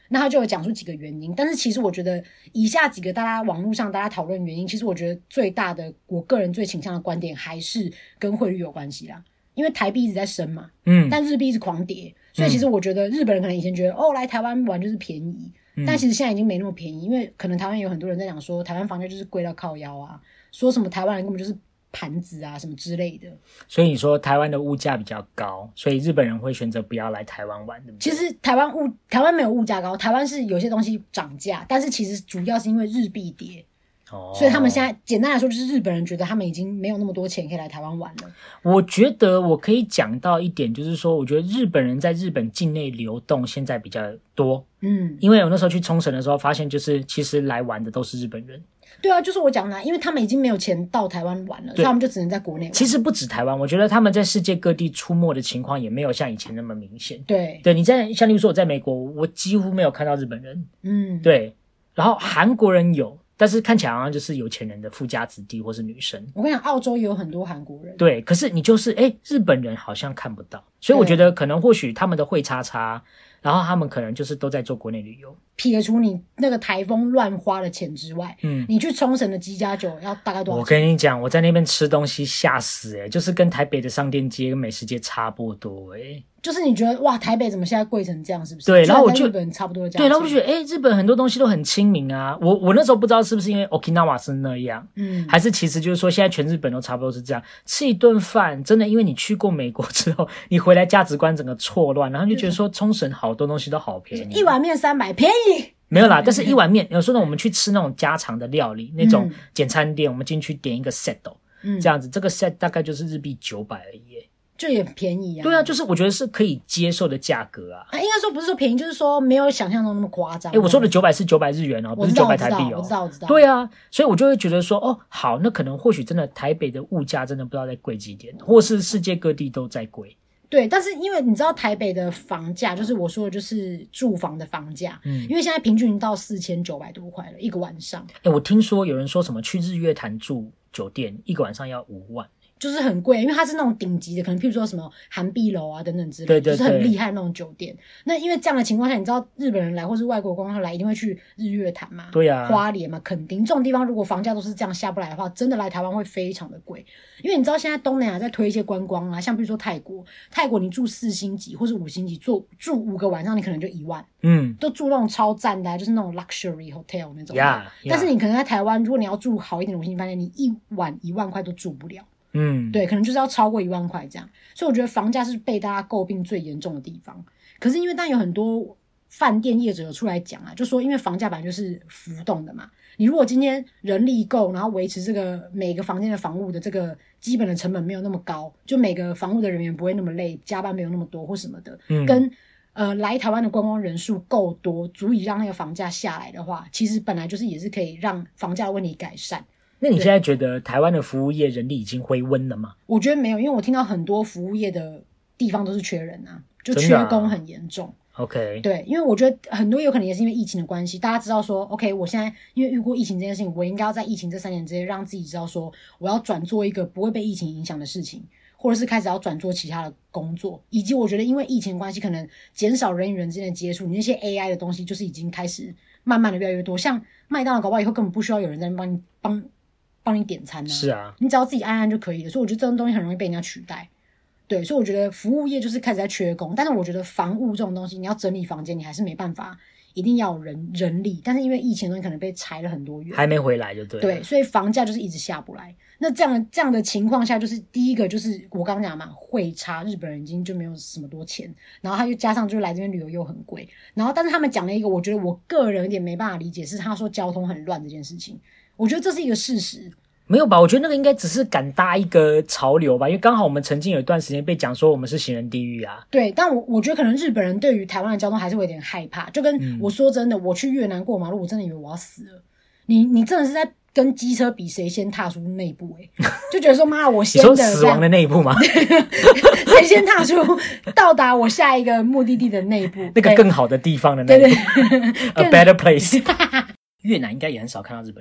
那他就有讲出几个原因，但是其实我觉得以下几个网络上大家讨论原因，其实我觉得最大的我个人最倾向的观点还是跟汇率有关系啦，因为台币一直在升嘛，但日币一直狂跌，所以其实我觉得日本人可能以前觉得来台湾玩就是便宜，但其实现在已经没那么便宜，因为可能台湾有很多人在讲说台湾房价就是贵到靠腰啊，说什么台湾人根本就是盘子啊什么之类的。 所以你说台湾的物价比较高，所以日本人会选择不要来台湾玩，对不对？ 其实台湾没有物价高，台湾是有些东西涨价，但是其实主要是因为日币跌。所以他们现在简单来说就是日本人觉得他们已经没有那么多钱可以来台湾玩了。 我觉得我可以讲到一点，就是说我觉得日本人在日本境内流动现在比较多，因为我那时候去冲绳的时候发现，就是其实来玩的都是日本人。 对啊，就是我讲的，因为他们已经没有钱到台湾玩了，所以他们就只能在国内玩。 其实不止台湾，我觉得他们在世界各地出没的情况也没有像以前那么明显。 对， 你像例如说我在美国，我几乎没有看到日本人，对，然后韩国人有，但是看起来好像就是有钱人的富家子弟或是女生。 我跟你讲，澳洲也有很多韩国人。 对，可是你就是日本人好像看不到，所以我觉得可能或许他们的汇差，然后他们可能就是都在做国内旅游。撇除你那个台风乱花的钱之外，你去冲绳的鸡加酒要大概多少钱？ 我跟你讲，我在那边吃东西吓死就是跟台北的商店街跟美食街差不多就是你觉得哇，台北怎么现在贵成这样，是不是？ 对，然后我就日本差不多的价钱。 对，然后我就觉得日本很多东西都很亲民啊。我那时候不知道是不是因为 Okinawa 是那样，还是其实就是说现在全日本都差不多是这样。吃一顿饭真的，因为你去过美国之后，你回来价值观整个错乱，然后就觉得说冲绳好多东西都好便宜， 一碗面300，便宜。 没有啦，但是一碗面，有时候呢我们去吃那种家常的料理，那种简餐店，我们进去点一个 set，这样子，这个 set 大概就是日币900而已就也便宜啊。 对啊，就是我觉得是可以接受的价格啊。 应该说不是说便宜，就是说没有想象中那么夸张。 我说的900是900日元不是900台币我知道。 对啊，所以我就会觉得说好，那可能或许真的台北的物价真的不知道再贵几点，或是世界各地都在贵。 对，但是因为你知道台北的房价，就是我说的就是住房的房价，因为现在平均到4900多块了一个晚上。 我听说有人说什么去日月潭住酒店一个晚上要5万。 就是很贵，因为它是那种顶级的，可能譬如说什么韩碧楼啊等等之类的，就是很厉害那种酒店。那因为这样的情况下，你知道日本人来或是外国观光客来一定会去日月潭嘛， 对啊， 花莲嘛，垦丁这种地方，如果房价都是这样下不来的话，真的来台湾会非常的贵。因为你知道现在东南亚在推一些观光啊，像比如说泰国你住4星级或是5星级，住5个晚上你可能就1万，都住那种超赞的就是那种 luxury hotel 那种。但是你可能在台湾，如果你要住好一点的5星级饭店，你一晚1万块都住不了。对，可能就是要超过1万块这样，所以我觉得房价是被大家诟病最严重的地方。可是因为但有很多饭店业者有出来讲啊，就说因为房价本来就是浮动的嘛，你如果今天人力够，然后维持这个每个房间的房务的这个基本的成本没有那么高，就每个房务的人员不会那么累，加班没有那么多或什么的，跟来台湾的观光人数够多，足以让那个房价下来的话，其实本来就是也是可以让房价的问题改善。 那你现在觉得台湾的服务业人力已经回温了吗？ 我觉得没有，因为我听到很多服务业的地方都是缺人啊，就缺工很严重。 OK， 对，因为我觉得很多有可能也是因为疫情的关系，大家知道说 OK， 我现在因为遇过疫情这件事情，我应该要在疫情这3年之内让自己知道说我要转做一个不会被疫情影响的事情，或者是开始要转做其他的工作，以及我觉得因为疫情的关系可能减少人与人之间的接触，你那些 AI 的东西就是已经开始慢慢的越来越多，像麦当劳搞不好以后根本不需要有人在那帮你点餐啊， 是啊， 你只要自己按就可以了，所以我觉得这种东西很容易被人家取代。对，所以我觉得服务业就是开始在缺工，但是我觉得房务这种东西，你要整理房间，你还是没办法，一定要有人力。但是因为疫情的东西可能被裁了很多元， 还没回来就对了。 对，所以房价就是一直下不来。那这样的情况下，就是第一个就是我刚刚讲嘛，汇差，日本人已经就没有什么多钱，然后他又加上就是来这边旅游又很贵，然后但是他们讲了一个我觉得我个人有点没办法理解，是他说交通很乱这件事情，我觉得这是一个事实。 没有吧？我觉得那个应该只是赶搭一个潮流吧，因为刚好我们曾经有一段时间被讲说我们是行人地狱啊。 对，但我觉得可能日本人对于台湾的交通还是会有点害怕，就跟我说真的，我去越南过马路，我真的以为我要死了。你真的是在跟机车比谁先踏出那一步就觉得说妈，我先的。 你说死亡的那一步吗？ 谁先踏出到达我下一个目的地的那一步， 那个更好的地方的那一步，a better place 。越南应该也很少看到日本人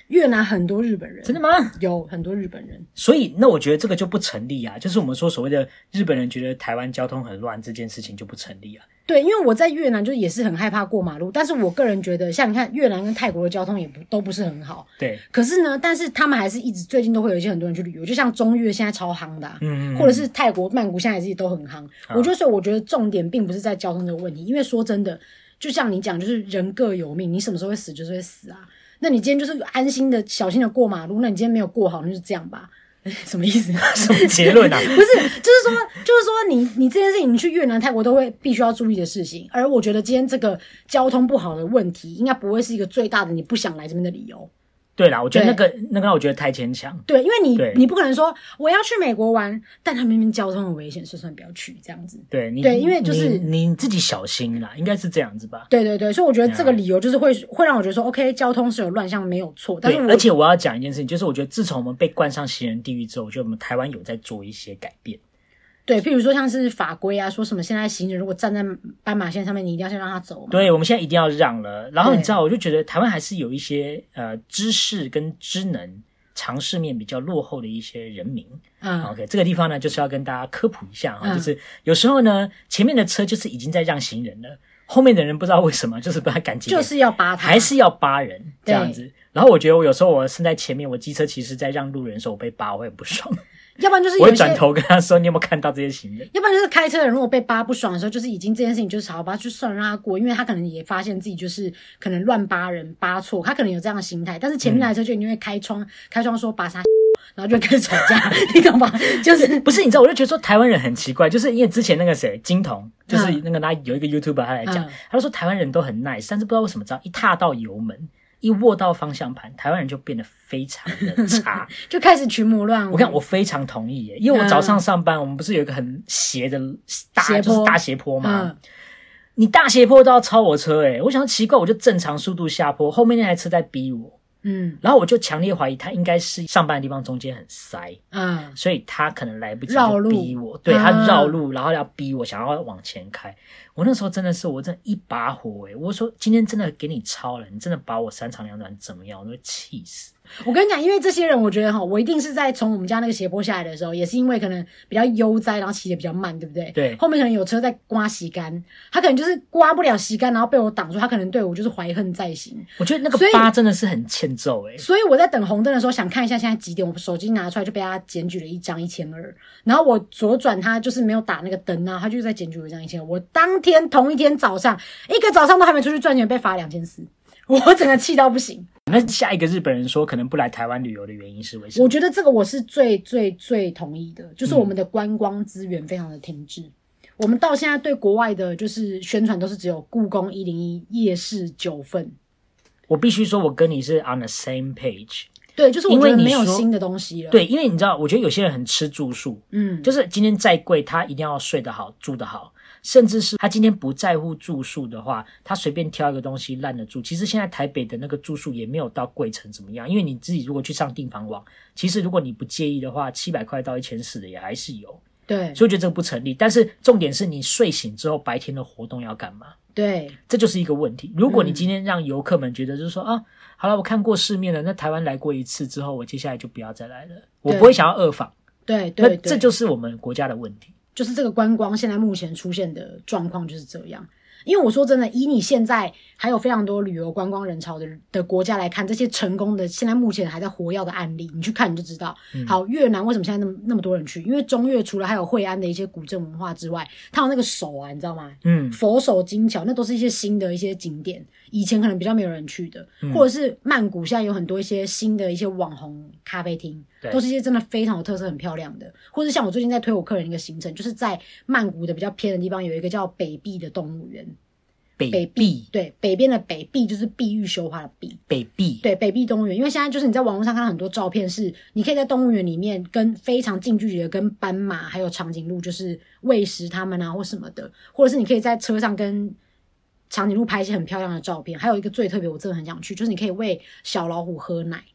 越南很多日本人， 真的吗？ 有很多日本人， 所以那我觉得这个就不成立啊，就是我们说所谓的日本人觉得台湾交通很乱这件事情就不成立啊。 对，因为我在越南就也是很害怕过马路，但是我个人觉得，像你看越南跟泰国的交通都不是很好。 对。 可是呢，但是他们还是一直最近都会有一些很多人去旅游，就像中越现在超夯的、或者是泰国曼谷现在也是都很夯。我觉得重点并不是在交通这个问题，因为说真的，就像你讲，就是人各有命，你什么时候会死就是会死啊。那你今天就是安心的、小心的过马路，那你今天没有过好，那就这样吧。什么意思？ 什么结论啊？ 不是，就是说你这件事情，你去越南、泰国都会必须要注意的事情。而我觉得今天这个交通不好的问题，应该不会是一个最大的你不想来这边的理由。 对啦，我觉得那个我觉得太牵强。 对，因为你不可能说我要去美国玩，但他们那边交通很危险，算不要去这样子。 对， 因为就是你自己小心啦，应该是这样子吧。 对，所以我觉得这个理由就是会让我觉得说 ，OK， 交通是有乱象没有错，但是而且我要讲一件事情，就是我觉得自从我们被冠上行人地狱之后，我觉得我们台湾有在做一些改变。 对，譬如说像是法规啊，说什么现在行人如果站在斑马线上面，你一定要先让他走嘛。 对，我们现在一定要让了。然后你知道，我就觉得台湾还是有一些知识跟知能常识面比较落后的一些人民。OK， 这个地方呢，就是要跟大家科普一下就是有时候呢，前面的车就是已经在让行人了，后面的人不知道为什么就是把他赶紧， 就是要扒他， 还是要扒人这样子。然后我觉得有时候我身在前面，我机车骑士在让路人的时候，我被扒，我会很不爽。 要不然就是我会转头跟他说：“你有没有看到这些行人？” 要不然就是开车的人如果被扒不爽的时候，就是已经这件事情就是好吧，就算了让他过，因为他可能也发现自己就是可能乱扒人扒错，他可能有这样的心态，但是前面来的车就一定会开窗说扒他，然后就开始吵架，你懂吗？就是不是你知道，我就觉得说台湾人很奇怪，就是因为之前那个谁金童，就是那个有一个 YouTuber 他来讲，他就说台湾人都很 nice， 但是不知道为什么，知道一踏到油门。一握到方向盘，台湾人就变得非常的差， 就开始群魔乱舞。 我非常同意耶，因为我早上上班，我们不是有一个很斜的就是大斜坡吗？你大斜坡都要超我车我想说奇怪，我就正常速度下坡，后面那台车在逼我。然后我就强烈怀疑他应该是上班的地方中间很塞，所以他可能来不及就逼我，对，他绕路，然后要逼我，想要往前开。我那时候真的一把火我说今天真的给你超了，你真的把我三长两短怎么样，我都会气死。 我跟你讲，因为这些人，我觉得我一定是在从我们家那个斜坡下来的时候，也是因为可能比较悠哉，然后骑得比较慢，对不对？ 对。 后面可能有车在刮旗杆，他可能就是刮不了旗杆，然后被我挡住，他可能对我就是怀恨在心。 我觉得那个疤真的是很欠揍所以我在等红灯的时候，想看一下现在几点，我手机拿出来就被他检举了一张1200，然后我左转他就是没有打那个灯啊，他就在检举我一张1200。我当天同一天早上，一个早上都还没出去赚钱，被罚2400，我整个气到不行。 那下一个日本人说可能不来台湾旅游的原因是为什么？ 我觉得这个我是最同意的，就是我们的观光资源非常的停滞。我们到现在对国外的就是宣传都是只有故宫101、夜市9份。 我必须说我跟你是 on the same page。 对，就是我觉得没有新的东西了。 对，因为你知道，我觉得有些人很吃住宿，就是今天再贵，他一定要睡得好、住得好，甚至是他今天不在乎住宿的话，他随便挑一个东西烂得住。其实现在台北的那个住宿也没有到贵成怎么样，因为你自己如果去上订房网，其实如果你不介意的话，700块到1400的也还是有。 对， 所以我觉得这个不成立。但是重点是你睡醒之后白天的活动要干嘛？ 对， 这就是一个问题。如果你今天让游客们觉得就是说好了，我看过世面了，那台湾来过一次之后，我接下来就不要再来了，我不会想要二访。 对， 那这就是我们国家的问题， 就是这个观光现在目前出现的状况就是这样。因为我说真的，以你现在还有非常多旅游观光人潮的国家来看，这些成功的现在目前还在活跃的案例，你去看你就知道。好，越南为什么现在那么多人去？因为中越除了还有惠安的一些古镇文化之外，它有那个手你知道吗？佛手金桥，那都是一些新的一些景点，以前可能比较没有人去的，或者是曼谷现在有很多一些新的一些网红咖啡厅，都是一些真的非常有特色、很漂亮的。或者像我最近在推我客人一个行程，就是在曼谷的比较偏的地方有一个叫北碧的动物园。 北碧， 对，北边的北碧就是碧玉羞花的碧。 北碧， 对，北碧动物园，因为现在就是你在网络上看到很多照片，是你可以在动物园里面跟非常近距离的跟斑马还有长颈鹿就是喂食它们啊或什么的，或者是你可以在车上跟长颈鹿拍一些很漂亮的照片。还有一个最特别，我真的很想去，就是你可以喂小老虎喝奶。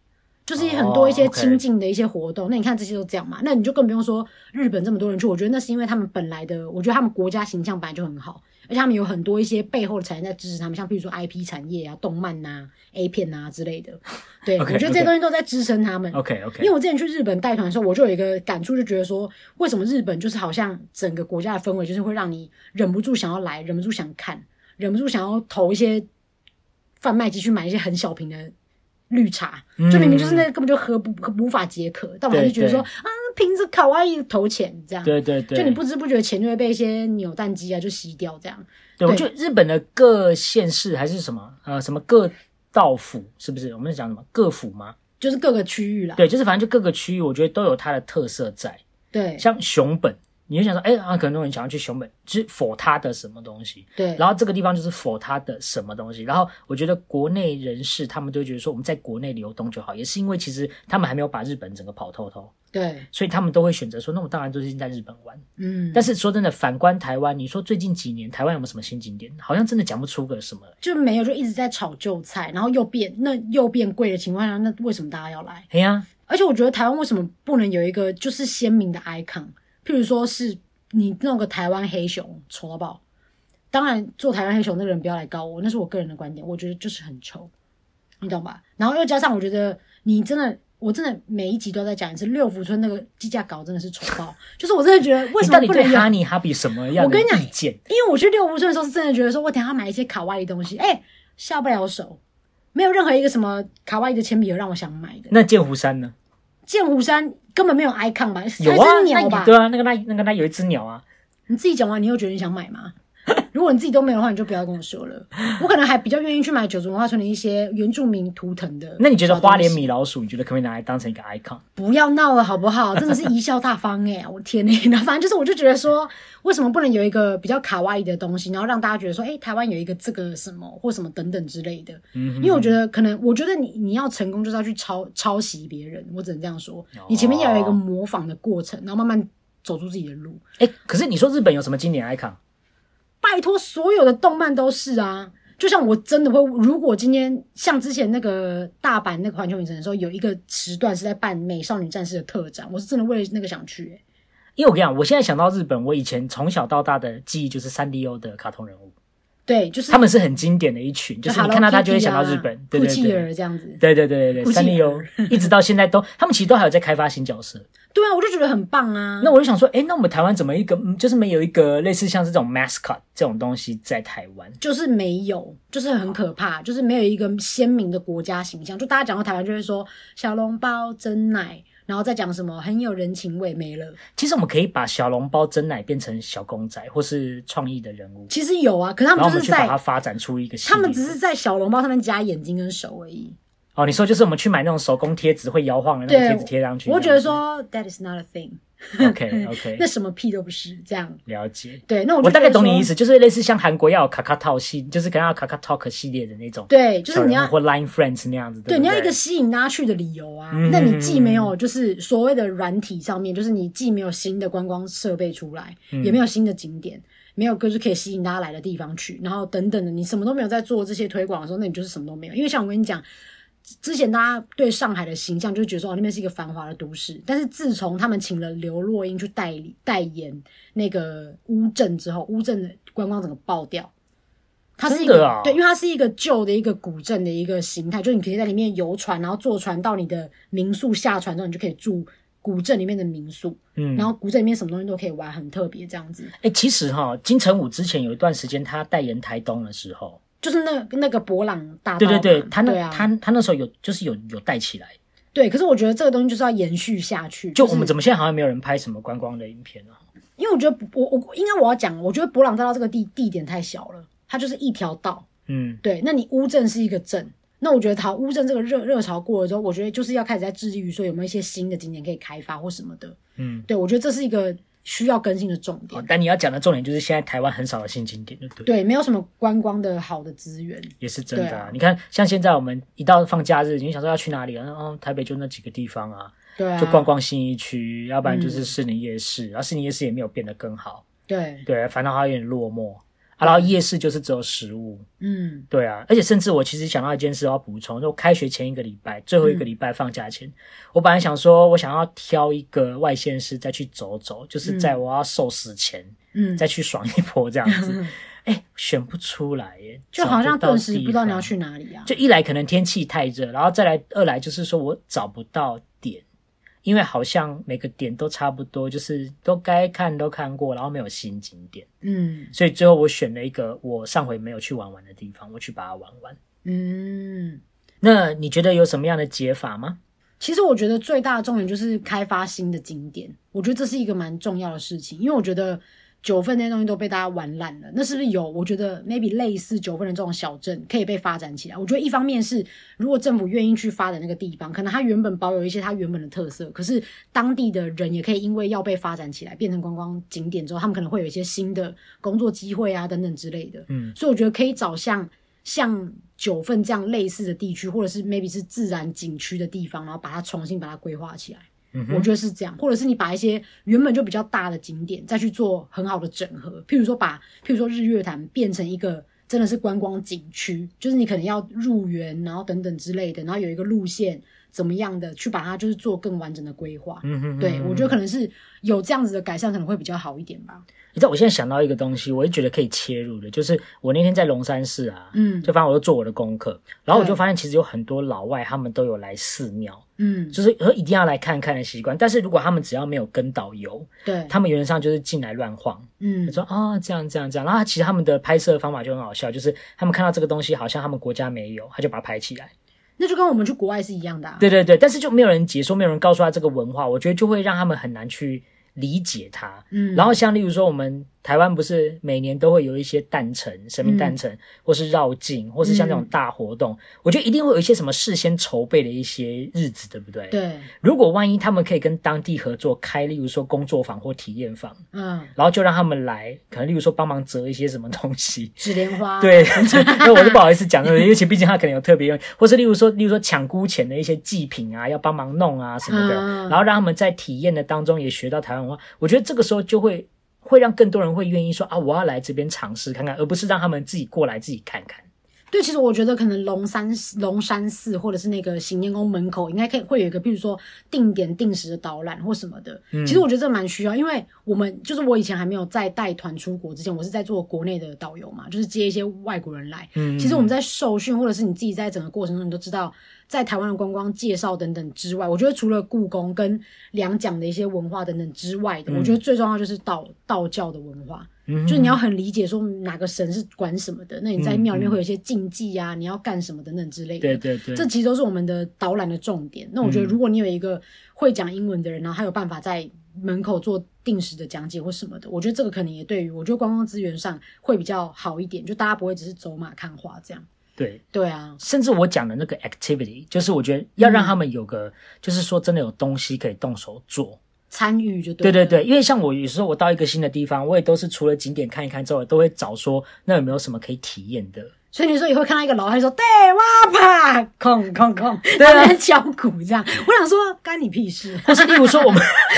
就是很多一些亲近的一些活动。那你看这些都这样嘛，那你就更不用说日本这么多人去，我觉得那是因为他们本来的，我觉得他们国家形象本来就很好，而且他们有很多一些背后的产业在支持他们，像比如说 IP 产业啊、动漫啊、A 片啊之类的。对，我觉得这些东西都在支撑他们。 OK， 因为我之前去日本带团的时候，我就有一个感触，就觉得说，为什么日本就是好像整个国家的氛围就是会让你忍不住想要来，忍不住想看，忍不住想要投一些贩卖机去买一些很小瓶的绿茶，就明明就是那个根本就无法解渴，但我还是觉得说啊，瓶子卡哇伊投钱这样， 对， 就你不知不觉钱就会被一些扭蛋机啊就吸掉这样。 对，我觉得日本的各县市还是什么什么各道府是不是？我们在讲什么各府吗？ 就是各个区域啦。 对，就是反正就各个区域，我觉得都有它的特色在。 对， 像熊本。你就想说，可能有人想要去熊本，就是否他的什么东西， 对， 然后这个地方就是否他的什么东西，然后我觉得国内人士他们都会觉得说，我们在国内流动就好，也是因为其实他们还没有把日本整个跑透透， 对， 所以他们都会选择说，那我当然都是在日本玩，但是说真的，反观台湾，你说最近几年台湾有没有什么新景点？好像真的讲不出个什么， 就没有，就一直在炒旧菜，然后又变贵的情况下，那为什么大家要来？ 嘿呀， 而且我觉得台湾为什么不能有一个就是鲜明的 icon， 譬如说是。你弄个台湾黑熊丑到爆，当然做台湾黑熊那个人不要来告我，那是我个人的观点，我觉得就是很丑，你懂吧？然后又加上我觉得我真的每一集都在讲一次六福村那个机架稿真的是丑爆，就是我真的觉得为什么不能有？ 你到底对哈尼哈比什么样的意见？ 因为我去六福村的时候是真的觉得说我等一下买一些卡哇伊东西，下不了手，没有任何一个什么卡哇伊的铅笔盒让我想买的。 那剑湖山呢？ 剑湖山根本没有 icon 吧？ 有啊， 鸟吧？ 对啊，那个它有一只鸟啊。 你自己讲完，你又觉得你想买吗？如果你自己都没有的话，你就不要跟我说了。我可能还比较愿意去买九族文化村的一些原住民图腾的。 那你觉得花莲米老鼠，你觉得可不可以拿来当成一个 icon？ 不要闹了好不好？真的是贻笑大方我天哪！然后反正就是，我就觉得说，为什么不能有一个比较卡哇伊的东西，然后让大家觉得说，台湾有一个这个什么或什么等等之类的。因为我觉得我觉得你要成功就是要去抄袭别人，我只能这样说。你前面要有一个模仿的过程，然后慢慢走出自己的路。 可是你说日本有什么经典 icon？ 拜托，所有的动漫都是啊。就像我真的会，如果今天像之前那个大阪那个环球影城的时候，有一个时段是在办美少女战士的特展，我是真的为了那个想去因为我跟你讲，我现在想到日本，我以前从小到大的记忆就是3DO 的卡通人物。 对，就是他们是很经典的一群，就是你看到他就会想到日本，对库契尔这样子， 对，3DO 一直到现在都，他们其实都还有在开发新角色。 对啊，我就觉得很棒啊。 那我就想说，那我们台湾怎么就是没有一个类似像这种 mascot 这种东西在台湾？ 就是没有，就是很可怕，就是没有一个鲜明的国家形象。就大家讲到台湾就会说小笼包、珍奶。然后再讲什么很有人情味没了。 其实我们可以把小笼包珍奶变成小公仔或是创意的人物。 其实有啊，可是他们就是然后我们去把它发展出一个系列。 他们只是在小笼包上面加眼睛跟手而已。 你说就是我们去买那种手工贴纸会摇晃的那个贴纸贴上去。 我觉得说 that is not a thing。OK， 那什么屁都不是这样。 了解。 对，那我大概懂你意思，就是类似像韩国要有卡卡套系，就是可能要卡卡 talk 系列的那种。 对，就是你要或 Line Friends 那样子。 对，你要一个吸引大家去的理由啊。那你既没有就是所谓的软体上面，就是你既没有新的观光设备出来，也没有新的景点。没有就是可以吸引大家来的地方去，然后等等的，你什么都没有在做这些推广的时候，那你就是什么都没有。因为像我跟你讲，之前大家对上海的形象就觉得说，那边是一个繁华的都市，但是自从他们请了刘若英去代言那个乌镇之后，乌镇的观光整个爆掉。它是一个对，因为它是一个旧的一个古镇的一个形态，就你可以在里面游船，然后坐船到你的民宿下船之后，你就可以住古镇里面的民宿，然后古镇里面什么东西都可以玩，很特别这样子。 其实金城武之前有一段时间他代言台东的时候， 就是那个博朗大道， 对，他那时候有带起来。对， 可是我觉得这个东西就是要延续下去。 就我们怎么现在好像没有人拍什么观光的影片啊？ 因为我觉得我要讲，我觉得博朗大道这个地点太小了，它就是一条道。对，那你乌镇是一个镇。那我觉得乌镇这个热潮过了之后，我觉得就是要开始在致力于说有没有一些新的景点可以开发或什么的。对，我觉得这是一个需要更新的重点。 但你要讲的重点就是现在台湾很少的新景点， 对，没有什么观光的好的资源， 也是真的。你看，像现在我们一到放假日，你想说要去哪里啊？台北就那几个地方啊， 对啊， 就逛逛信义区，要不然就是士林夜市，然后士林夜市也没有变得更好。 对， 反正它有点落寞。 然后夜市就是只有食物。对啊，而且甚至我其实想到一件事要补充，就开学前一个礼拜，最后一个礼拜放假前，我本来想说我想要挑一个外县市再去走走，就是在我要受死前再去爽一波这样子。选不出来耶， 就好像顿时不知道你要去哪里啊。 就一来可能天气太热，然后再来二来就是说我找不到点，因为好像每个点都差不多，就是都该看都看过，然后没有新景点。所以最后我选了一个我上回没有去玩的地方，我去把它玩完。那你觉得有什么样的解法吗？ 其实我觉得最大的重点就是开发新的景点，我觉得这是一个蛮重要的事情，因为我觉得9份那些东西都被大家玩烂了，那是不是有我觉得 maybe 类似9份的这种小镇可以被发展起来？我觉得一方面是如果政府愿意去发展那个地方，可能它原本保有一些它原本的特色，可是当地的人也可以因为要被发展起来变成观光景点之后，他们可能会有一些新的工作机会啊等等之类的。所以我觉得可以找像9份这样类似的地区，或者是 maybe 是自然景区的地方，然后把它重新把它规划起来。我觉得是这样，或者是你把一些原本就比较大的景点再去做很好的整合，譬如说日月潭变成一个真的是观光景区，就是你可能要入园然后等等之类的，然后有一个路线怎么样的去把它就是做更完整的规划。对，我觉得可能是有这样子的改善可能会比较好一点吧。 你知道我现在想到一个东西，我就觉得可以切入的，就是我那天在龙山寺啊，就反正我就做我的功课，然后我就发现其实有很多老外他们都有来寺庙，就是一定要来看看的习惯，但是如果他们只要没有跟导游，对，他们原则上就是进来乱晃，就说这样，然后其实他们的拍摄方法就很好笑，就是他们看到这个东西好像他们国家没有，他就把它拍起来。 那就跟我们去国外是一样的啊。 对，但是就没有人解说，没有人告诉他这个文化，我觉得就会让他们很难去理解它。然后像例如说我们台湾不是每年都会有一些诞辰、神明诞辰，或是绕境，或是像这种大活动，我觉得一定会有一些什么事先筹备的一些日子，对不对？对。如果万一他们可以跟当地合作开，例如说工作坊或体验坊，然后就让他们来，可能例如说帮忙折一些什么东西， 纸莲花， 对，那我就不好意思讲了，因为毕竟他可能有特别用，或是例如说抢孤钱的一些祭品啊，要帮忙弄啊什么的，然后让他们在体验的当中也学到台湾文化，我觉得这个时候就会让更多人会愿意说啊，我要来这边尝试看看，而不是让他们自己过来自己看看。 对，其实我觉得可能龙山寺或者是那个行天宫门口应该会有一个比如说定点定时的导览或什么的。其实我觉得这蛮需要，因为我以前还没有在带团出国之前，我是在做国内的导游嘛，就是接一些外国人来。其实我们在受训或者是你自己在整个过程中，你都知道在台湾的观光介绍等等之外，我觉得除了故宫跟两蒋的一些文化等等之外的，我觉得最重要就是道教的文化。就是你要很理解说哪个神是管什么的，那你在庙里面会有一些禁忌啊，你要干什么等等之类的。对，这其实都是我们的导览的重点。那我觉得如果你有一个会讲英文的人，然后他有办法在门口做定时的讲解或什么的，我觉得这个可能也对于我觉得观光资源上会比较好一点，就大家不会只是走马看花这样。对啊， 甚至我讲的那个 activity， 就是我觉得要让他们有个，就是说真的有东西可以动手做。 参与就对了。 对，因为像我有时候我到一个新的地方，我也都是除了景点看一看之后，都会找说那有没有什么可以体验的。 所以你说也会看到一个老外说对哇啪空，对啊，在敲鼓这样。我想说干你屁事。 或是例如说我们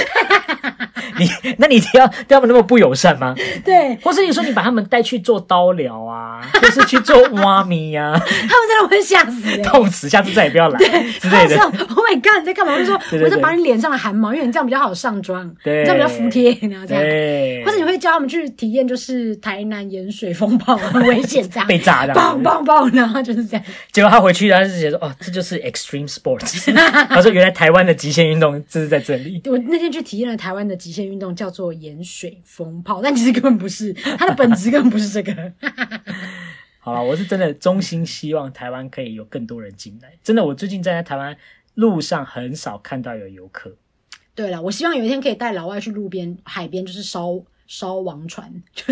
你要对他们那么不友善吗？ 对。 或是你说你把他们带去做刀疗啊，或是去做挖米啊， 他们真的会吓死痛死，下次再也不要来之类的。 Oh my god， 你在干嘛？我就说我在把你脸上的汗毛，因为你这样比较好上妆，这样比较服帖，然后这样。或者你会教他们去体验，就是台南盐水风暴很危险这样， 被炸的。 棒，然后就是这样。 结果他回去，他就写说：“哦，这就是 extreme sports。”他说：“原来台湾的极限运动就是在这里。” 我那天去体验了台湾的极限运动，叫做盐水风炮，但其实根本不是，它的本质根本不是这个。 好啦，我是真的衷心希望台湾可以有更多人进来。真的，我最近在台湾路上很少看到有游客。对啦，我希望有一天可以带老外去路边、海边，就是烧王船。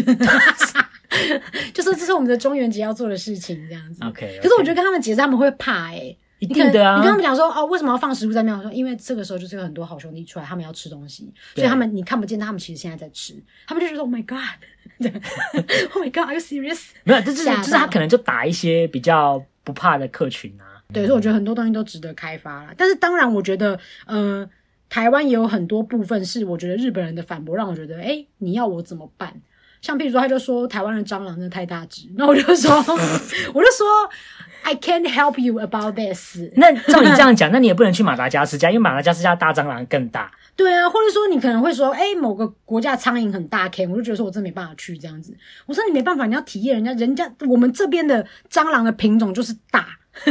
就是这是我们的中元节要做的事情，这样子。 OK。 可是我觉得跟他们解释，他们会怕一定的啊！ 你跟他们讲说为什么要放食物在庙？说因为这个时候就是有很多好兄弟出来，他们要吃东西，所以你看不见，但他们其实现在在吃，他们就觉得 Oh my God，Oh my God，Are you serious？ 没有，就是他可能就打一些比较不怕的客群啊。 对，所以我觉得很多东西都值得开发啦。但是当然，我觉得台湾也有很多部分是我觉得日本人的反驳让我觉得，你要我怎么办？ 像譬如说，他就说台湾的蟑螂真的太大只，那我就说I can't help you about this。 那照你这样讲，那你也不能去马达加斯加，因为马达加斯加大蟑螂更大。 对啊，或者说你可能会说，某个国家苍蝇很大 K， 我就觉得说我真没办法去这样子。我说你没办法，你要体验人家我们这边的蟑螂的品种就是大，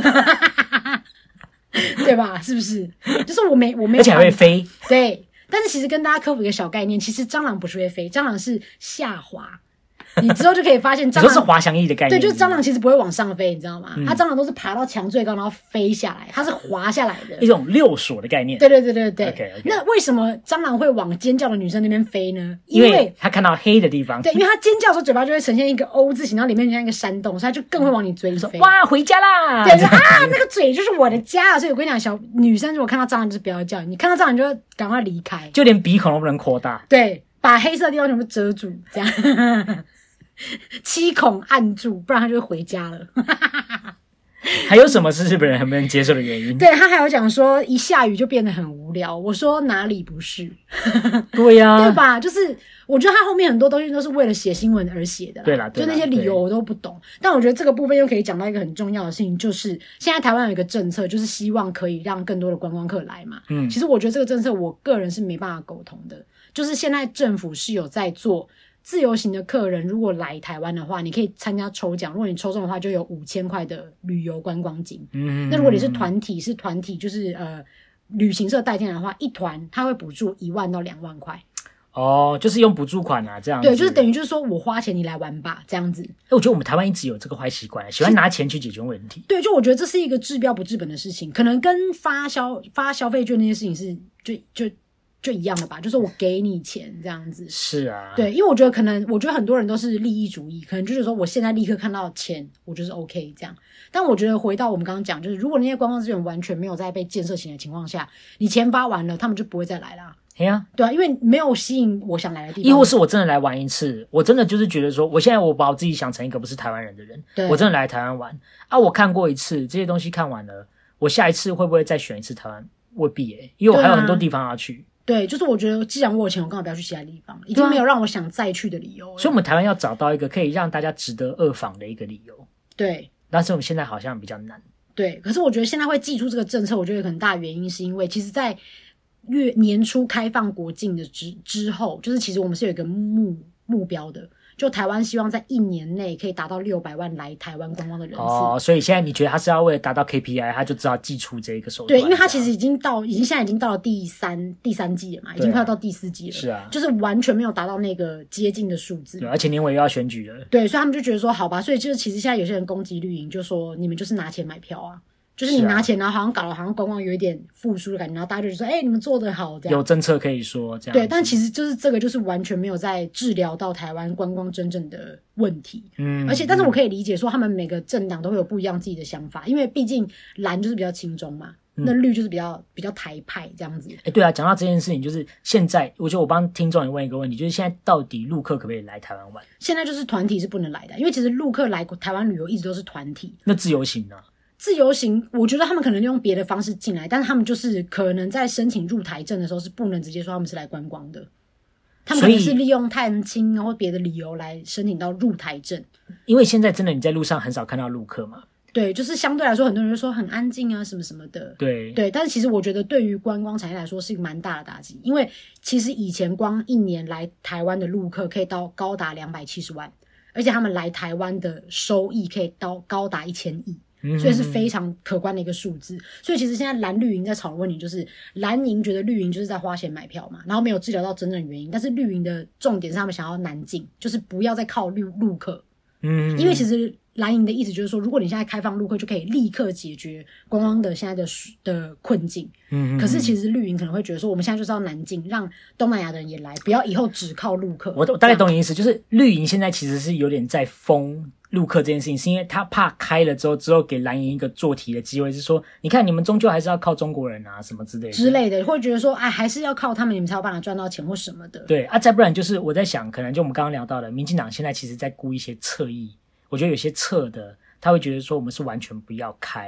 对吧？是不是？就是我没， 而且还会飞。 对，但是其实跟大家科普一个小概念，其实蟑螂不是会飞，蟑螂是下滑。你之后就可以发现蟑螂， 你说是滑翔翼的概念， 对，就是蟑螂其实不会往上飞，你知道吗？它蟑螂都是爬到墙最高，然后飞下来，它是滑下来的， 一种溜索的概念。 对。 Okay. 那为什么蟑螂会往尖叫的女生那边飞呢？ 因为它看到黑的地方。 对，因为它尖叫的时候嘴巴就会呈现一个 O 字形，然后里面像一个山洞，所以它就更会往你嘴里飞。 哇，回家啦！ 对，那个嘴就是我的家，所以我跟你讲，小女生如果看到蟑螂就是不要叫，你看到蟑螂就赶快离开， 就连鼻孔都不能扩大。 对，把黑色的地方全部遮住，这样。七孔按住，不然他就会回家了。 还有什么是日本人很不能接受的原因？ 对，他还有讲说一下雨就变得很无聊，我说哪里不是？ 对呀， 对吧？就是我觉得他后面很多东西都是为了写新闻而写的啦。 对啦， 就那些理由我都不懂。但我觉得这个部分又可以讲到一个很重要的事情，就是现在台湾有一个政策，就是希望可以让更多的观光客来嘛。其实我觉得这个政策我个人是没办法沟通的，就是现在政府是有在做。自由行的客人如果来台湾的话，你可以参加抽奖，如果你抽中的话就有5000块的旅游观光金。那如果你是团体就是旅行社代建的话，一团他会补助1万到2万块。 哦，就是用补助款啊，这样子。 对，就是等于就是说我花钱你来玩吧，这样子。 我觉得我们台湾一直有这个坏习惯，喜欢拿钱去解决问题。 对，就我觉得这是一个治标不治本的事情，可能跟发消费券那些事情是就一样的吧，就是我给你钱这样子。 是啊， 对，因为我觉得很多人都是利益主义，可能就是说我现在立刻看到钱，我就是 OK 这样。但我觉得回到我们刚刚讲，就是如果那些观光资源完全没有在被建设起来的情况下，你钱发完了，他们就不会再来啦。对啊，因为没有吸引我想来的地方。 亦或是我真的来玩一次，我真的就是觉得说，我现在我把我自己想成一个不是台湾人的人，我真的来台湾玩啊，我看过一次这些东西看完了，我下一次会不会再选一次台湾？未必因为我还有很多地方要去。 对，就是我觉得既然我有钱，我干嘛不要去其他地方？已经没有让我想再去的理由了。 所以我们台湾要找到一个可以让大家值得二访的一个理由。 对， 但是我们现在好像比较难。 对，可是我觉得现在会祭出这个政策，我觉得有很大的原因是因为其实在年初开放国境的之后，就是其实我们是有一个目标的，就台湾希望在1年内可以达到600万来台湾观光的人次。 所以现在你觉得他是要为了达到 KPI， 他就知道祭出这个手段。 对，因为他其实现在已经到了第三季了嘛，已经快要到第4季了。 是啊， 就是完全没有达到那个接近的数字。 对，而且年尾又要选举了。 对，所以他们就觉得说，好吧，所以就是其实现在有些人攻击绿营，就说你们就是拿钱买票啊。就是你拿钱，然后好像搞得好像观光有一点复苏的感觉，然后大家就说：“你们做得好，这样有政策可以说这样。” 对，但其实就是这个就是完全没有在治疗到台湾观光真正的问题。但是我可以理解说，他们每个政党都会有不一样自己的想法，因为毕竟蓝就是比较亲中嘛，那绿就是比较台派这样子。 对啊，讲到这件事情，就是现在我觉得我帮听众也问一个问题，就是现在到底陆客可不可以来台湾玩？ 现在就是团体是不能来的，因为其实陆客来台湾旅游一直都是团体。 那自由行呢？ 自由行，我觉得他们可能用别的方式进来，但是他们就是可能在申请入台证的时候是不能直接说他们是来观光的，他们可能是利用探亲或别的理由来申请到入台证。 因为现在真的你在路上很少看到陆客嘛。 对，就是相对来说，很多人就说很安静啊，什么什么的。 对， 但是其实我觉得对于观光产业来说是一个蛮大的打击，因为其实以前光1年来台湾的陆客可以到高达270万，而且他们来台湾的收益可以到高达1000亿。所以是非常可观的一个数字。所以其实现在蓝绿营在吵的问题就是蓝营觉得绿营就是在花钱买票嘛，然后没有治疗到真正的原因，但是绿营的重点是他们想要南进，就是不要再靠陆客。因为其实蓝营的意思就是说，如果你现在开放陆客就可以立刻解决观光的现在的困境。可是其实绿营可能会觉得说，我们现在就是要南进，让东南亚的人也来，不要以后只靠陆客。 我大概懂你意思，就是绿营现在其实是有点在封陆客这件事情，是因为他怕开了之后给蓝营一个做题的机会，是说你看你们终究还是要靠中国人啊什么之类的， 会觉得说还是要靠他们，你们才有办法赚到钱或什么的。 对啊，再不然就是我在想，可能就我们刚刚聊到的，民进党现在其实在顾一些侧翼，我觉得有些侧的他会觉得说我们是完全不要开，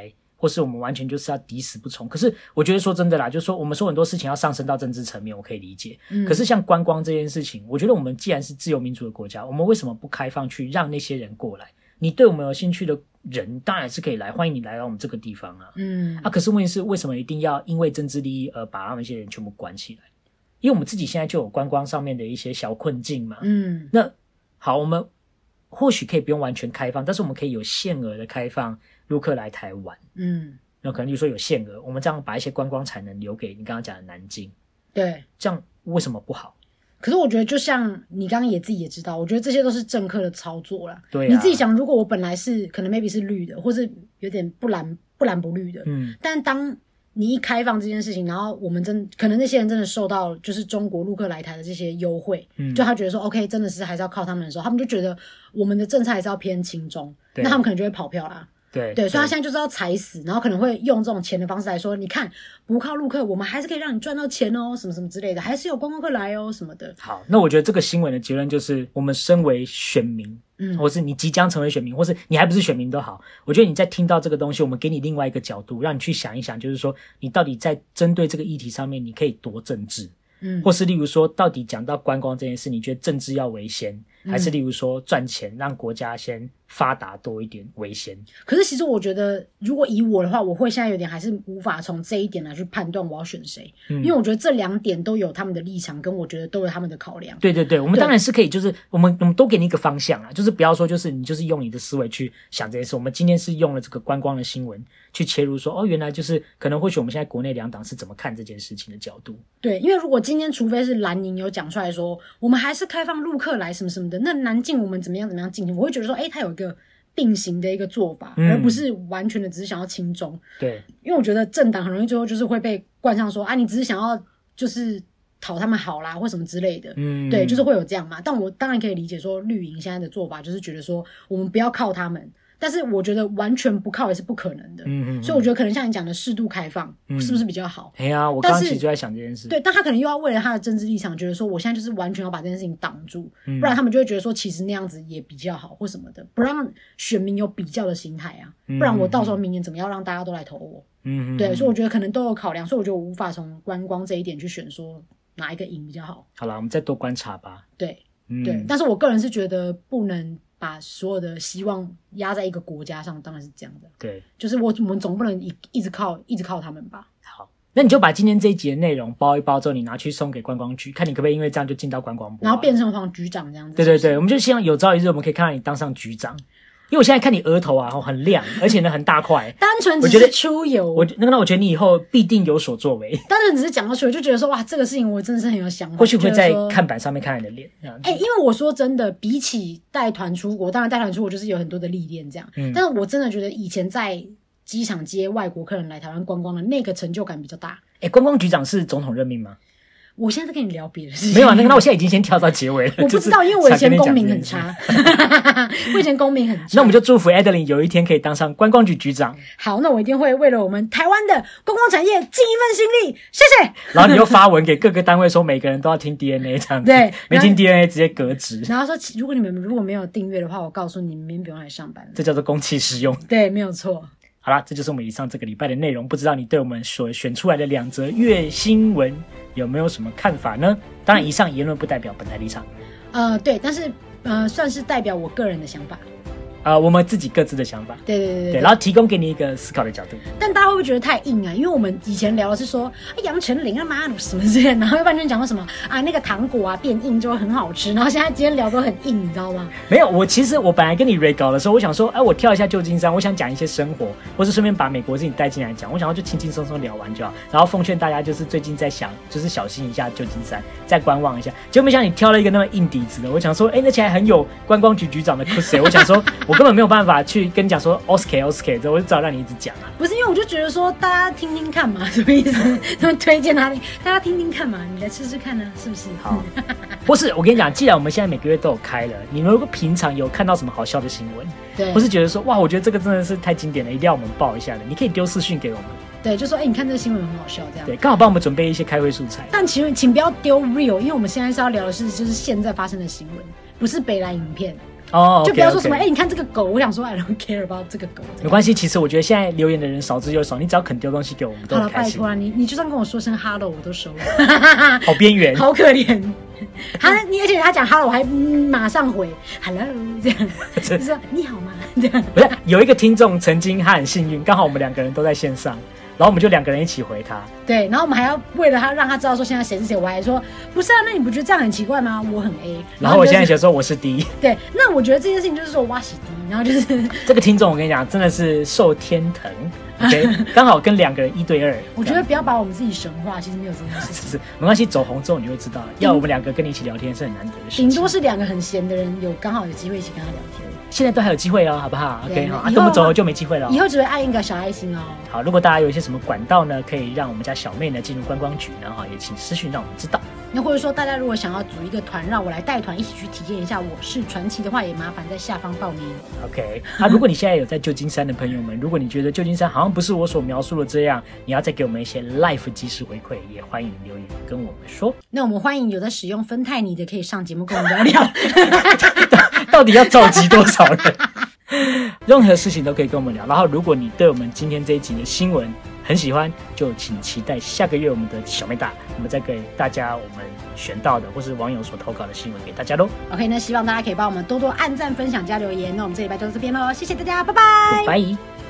或是我们完全就是要抵死不从。可是我觉得说真的啦，就是说我们说很多事情要上升到政治层面，我可以理解。可是像观光这件事情，我觉得我们既然是自由民主的国家，我们为什么不开放去让那些人过来？你对我们有兴趣的人当然是可以来，欢迎你来到我们这个地方啊。可是问题是为什么一定要因为政治利益而把他们一些人全部关起来？因为我们自己现在就有观光上面的一些小困境嘛。那好，我们或许可以不用完全开放，但是我们可以有限额的开放陆客来台湾。那可能就说有限额，我们这样把一些观光产能留给你刚刚讲的南京。 对， 这样为什么不好？ 可是我觉得就像你刚刚自己也知道，我觉得这些都是政客的操作啦。 对你自己想，如果我本来是可能 maybe 是绿的，或是有点不蓝不绿的，但当你一开放这件事情，然后我们可能那些人真的受到就是中国陆客来台的这些优惠，就他觉得说 OK 真的是还是要靠他们的时候，他们就觉得我们的政策还是要偏亲中，那他们可能就会跑票啦。对，所以他现在就是要踩死，然后可能会用这种钱的方式来说，你看不靠陆客，我们还是可以让你赚到钱哦，什么什么之类的，还是有观光客来哦什么的。 好，那我觉得这个新闻的结论就是，我们身为选民，或是你即将成为选民，或是你还不是选民都好，我觉得你在听到这个东西，我们给你另外一个角度，让你去想一想，就是说你到底在针对这个议题上面，你可以多政治。或是例如说到底讲到观光这件事，你觉得政治要为先，还是例如说赚钱让国家先发达多一点为先？ 可是其实我觉得如果以我的话，我会现在有点还是无法从这一点来去判断我要选谁，因为我觉得这两点都有他们的立场，跟我觉得都有他们的考量。 对，我们当然是可以，就是我们都给你一个方向啦，就是不要说就是你就是用你的思维去想这件事。我们今天是用了这个观光的新闻去切入说，原来就是可能或许我们现在国内两党是怎么看这件事情的角度。 对，因为如果今天除非是蓝营有讲出来说我们还是开放陆客来什么什么的，那南进我们怎么样进行，我会觉得说他有一个并行的一个做法，而不是完全的只是想要亲中。 对， 因为我觉得政党很容易最后就是会被冠上说你只是想要就是讨他们好啦或什么之类的。对，就是会有这样嘛。但我当然可以理解说绿营现在的做法就是觉得说我们不要靠他们，但是我觉得完全不靠也是不可能的。所以我觉得可能像你讲的适度开放，是不是比较好？ 我刚刚其实就在想这件事。 对，但他可能又要为了他的政治立场，觉得说我现在就是完全要把这件事情挡住，不然他们就会觉得说其实那样子也比较好或什么的，不让选民有比较的心态啊。不然我到时候明年怎么样让大家都来投我？对，所以我觉得可能都有考量，所以我觉得我无法从观光这一点去选说哪一个赢比较好。 好啦，我们再多观察吧。 对，但是我个人是觉得不能把所有的希望压在一个国家上，当然是这样的。对，就是我们总不能一直靠他们吧。好，那你就把今天这一集的内容包一包之后，你拿去送给观光局，看你可不可以因为这样就进到观光部，然后变成黄局长这样子。对，我们就希望有朝一日我们可以看到你当上局长。因为我现在看你额头啊很亮，而且呢很大块，单纯只是出油。那我觉得你以后必定有所作为。单纯只是讲到出油，就觉得说哇，这个事情我真的是很有想法。或许会在看板上面看你的脸。因为我说真的，比起带团出国，当然带团出国就是有很多的历练这样。但是我真的觉得以前在机场接外国客人来台湾观光的那个成就感比较大。观光局长是总统任命吗？我现在在跟你聊别的事情。没有啊，那我现在已经先跳到结尾了。我不知道，因为我以前公民很差。我以前公民很差。那我们就祝福 Adeline 有一天可以当上观光局局长。好，那我一定会为了我们台湾的观光产业尽一份心力，谢谢。然后你又发文给各个单位说每个人都要听 DNA 这样子。对，没听 DNA 直接革职。然后说如果你们如果没有订阅的话，我告诉你们明天不用来上班了。这叫做公器私用。对，没有错。好啦，这就是我们以上这个礼拜的内容。不知道你对我们所选出来的2则月新闻有没有什么看法呢？当然，以上言论不代表本台立场。对，但是算是代表我个人的想法。我们自己各自的想法。对，然后提供给你一个思考的角度。但大家会不会觉得太硬啊？因为我们以前聊的是说杨丞琳啊妈什么之类的，然后又半天讲到什么那个糖果啊变硬就会很好吃，然后现在今天聊都很硬，你知道吗？没有，我其实本来跟你 re 搞的时候，我想说我跳一下旧金山，我想讲一些生活，或是顺便把美国事情带进来讲，我想要就轻轻松松聊完就好。然后奉劝大家就是最近在想，就是小心一下旧金山，再观望一下。结果没想到你挑了一个那么硬底子的，我想说那起来很有观光局局长的 cos， 我想说我根本没有办法去跟你讲说 Oscar 这，我就只好让你一直讲啊。不是因为我就觉得说大家听听看嘛，什么意思？他们推荐他，大家听听看嘛，你来试试看呢，是不是？好，不是我跟你讲，既然我们现在每个月都有开了，你们如果平常有看到什么好笑的新闻，对，不是觉得说哇，我觉得这个真的是太经典了，一定要我们报一下的，你可以丢私讯给我们。对，就说你看这个新闻很好笑，这样。对，刚好帮我们准备一些开会素材。但请不要丢 real， 因为我们现在是要聊的是就是现在发生的新闻，不是北兰影片。 哦， 就不要说什么， OK，OK 你看这个狗，我想说 I don't care about 这个狗。 没关系，其实我觉得现在留言的人少之又少，你只要肯丢东西给我们，都好了， 很开心拜托。啊，你就算跟我说声 hello， 我都收了。 好边缘， 好可怜。而且他讲 hello， 我还马上回 hello， 这样就说你好吗？这样不是有一个听众曾经他很幸运，刚好我们2个人都在线上，然后我们就2个人一起回他。 对，然后我们还要为了他让他知道说现在谁是谁，我还说不是啊，那你不觉得这样很奇怪吗？我很 A， 然后我现在想说我是 D。 对，那我觉得这件事情就是说我是 D， 然后就是这个听众我跟你讲，真的是受天疼。OK， 刚好跟2个人1对2。 我觉得不要把我们自己神化，其实没有这件事情。 是没关系，走红之后你就会知道，要我们2个跟你一起聊天是很难得的事情。 顶多是2个很闲的人刚好有机会一起跟他聊天。 现在都还有机会哦，好不好 ？OK， 好， 以后等我们走了就没机会了。 以后只会按一个小爱心哦。 好，如果大家有一些什么管道呢，可以让我们家小妹呢进入观光局呢，哈，也请私讯让我们知道。 那或者说大家如果想要组一个团，让我来带团一起去体验一下我是传奇的话，也麻烦在下方报名。 OK， 如果你现在有在旧金山的朋友们，如果你觉得旧金山好像不是我所描述的这样，你要再给我们一些 live 即时回馈，也欢迎留言跟我们说。 那我们欢迎有在使用芬太尼的，可以上节目跟我们聊聊。 到底要召集多少人？任何事情都可以跟我们聊。然后，如果你对我们今天这一集的新闻很喜欢，就请期待下个月我们的小妹大，我们再给大家我们选到的或是网友所投稿的新闻给大家喽。 OK， 那希望大家可以帮我们多多按赞、分享、加留言。那我们这礼拜就到这边喽，谢谢大家，拜拜。 拜。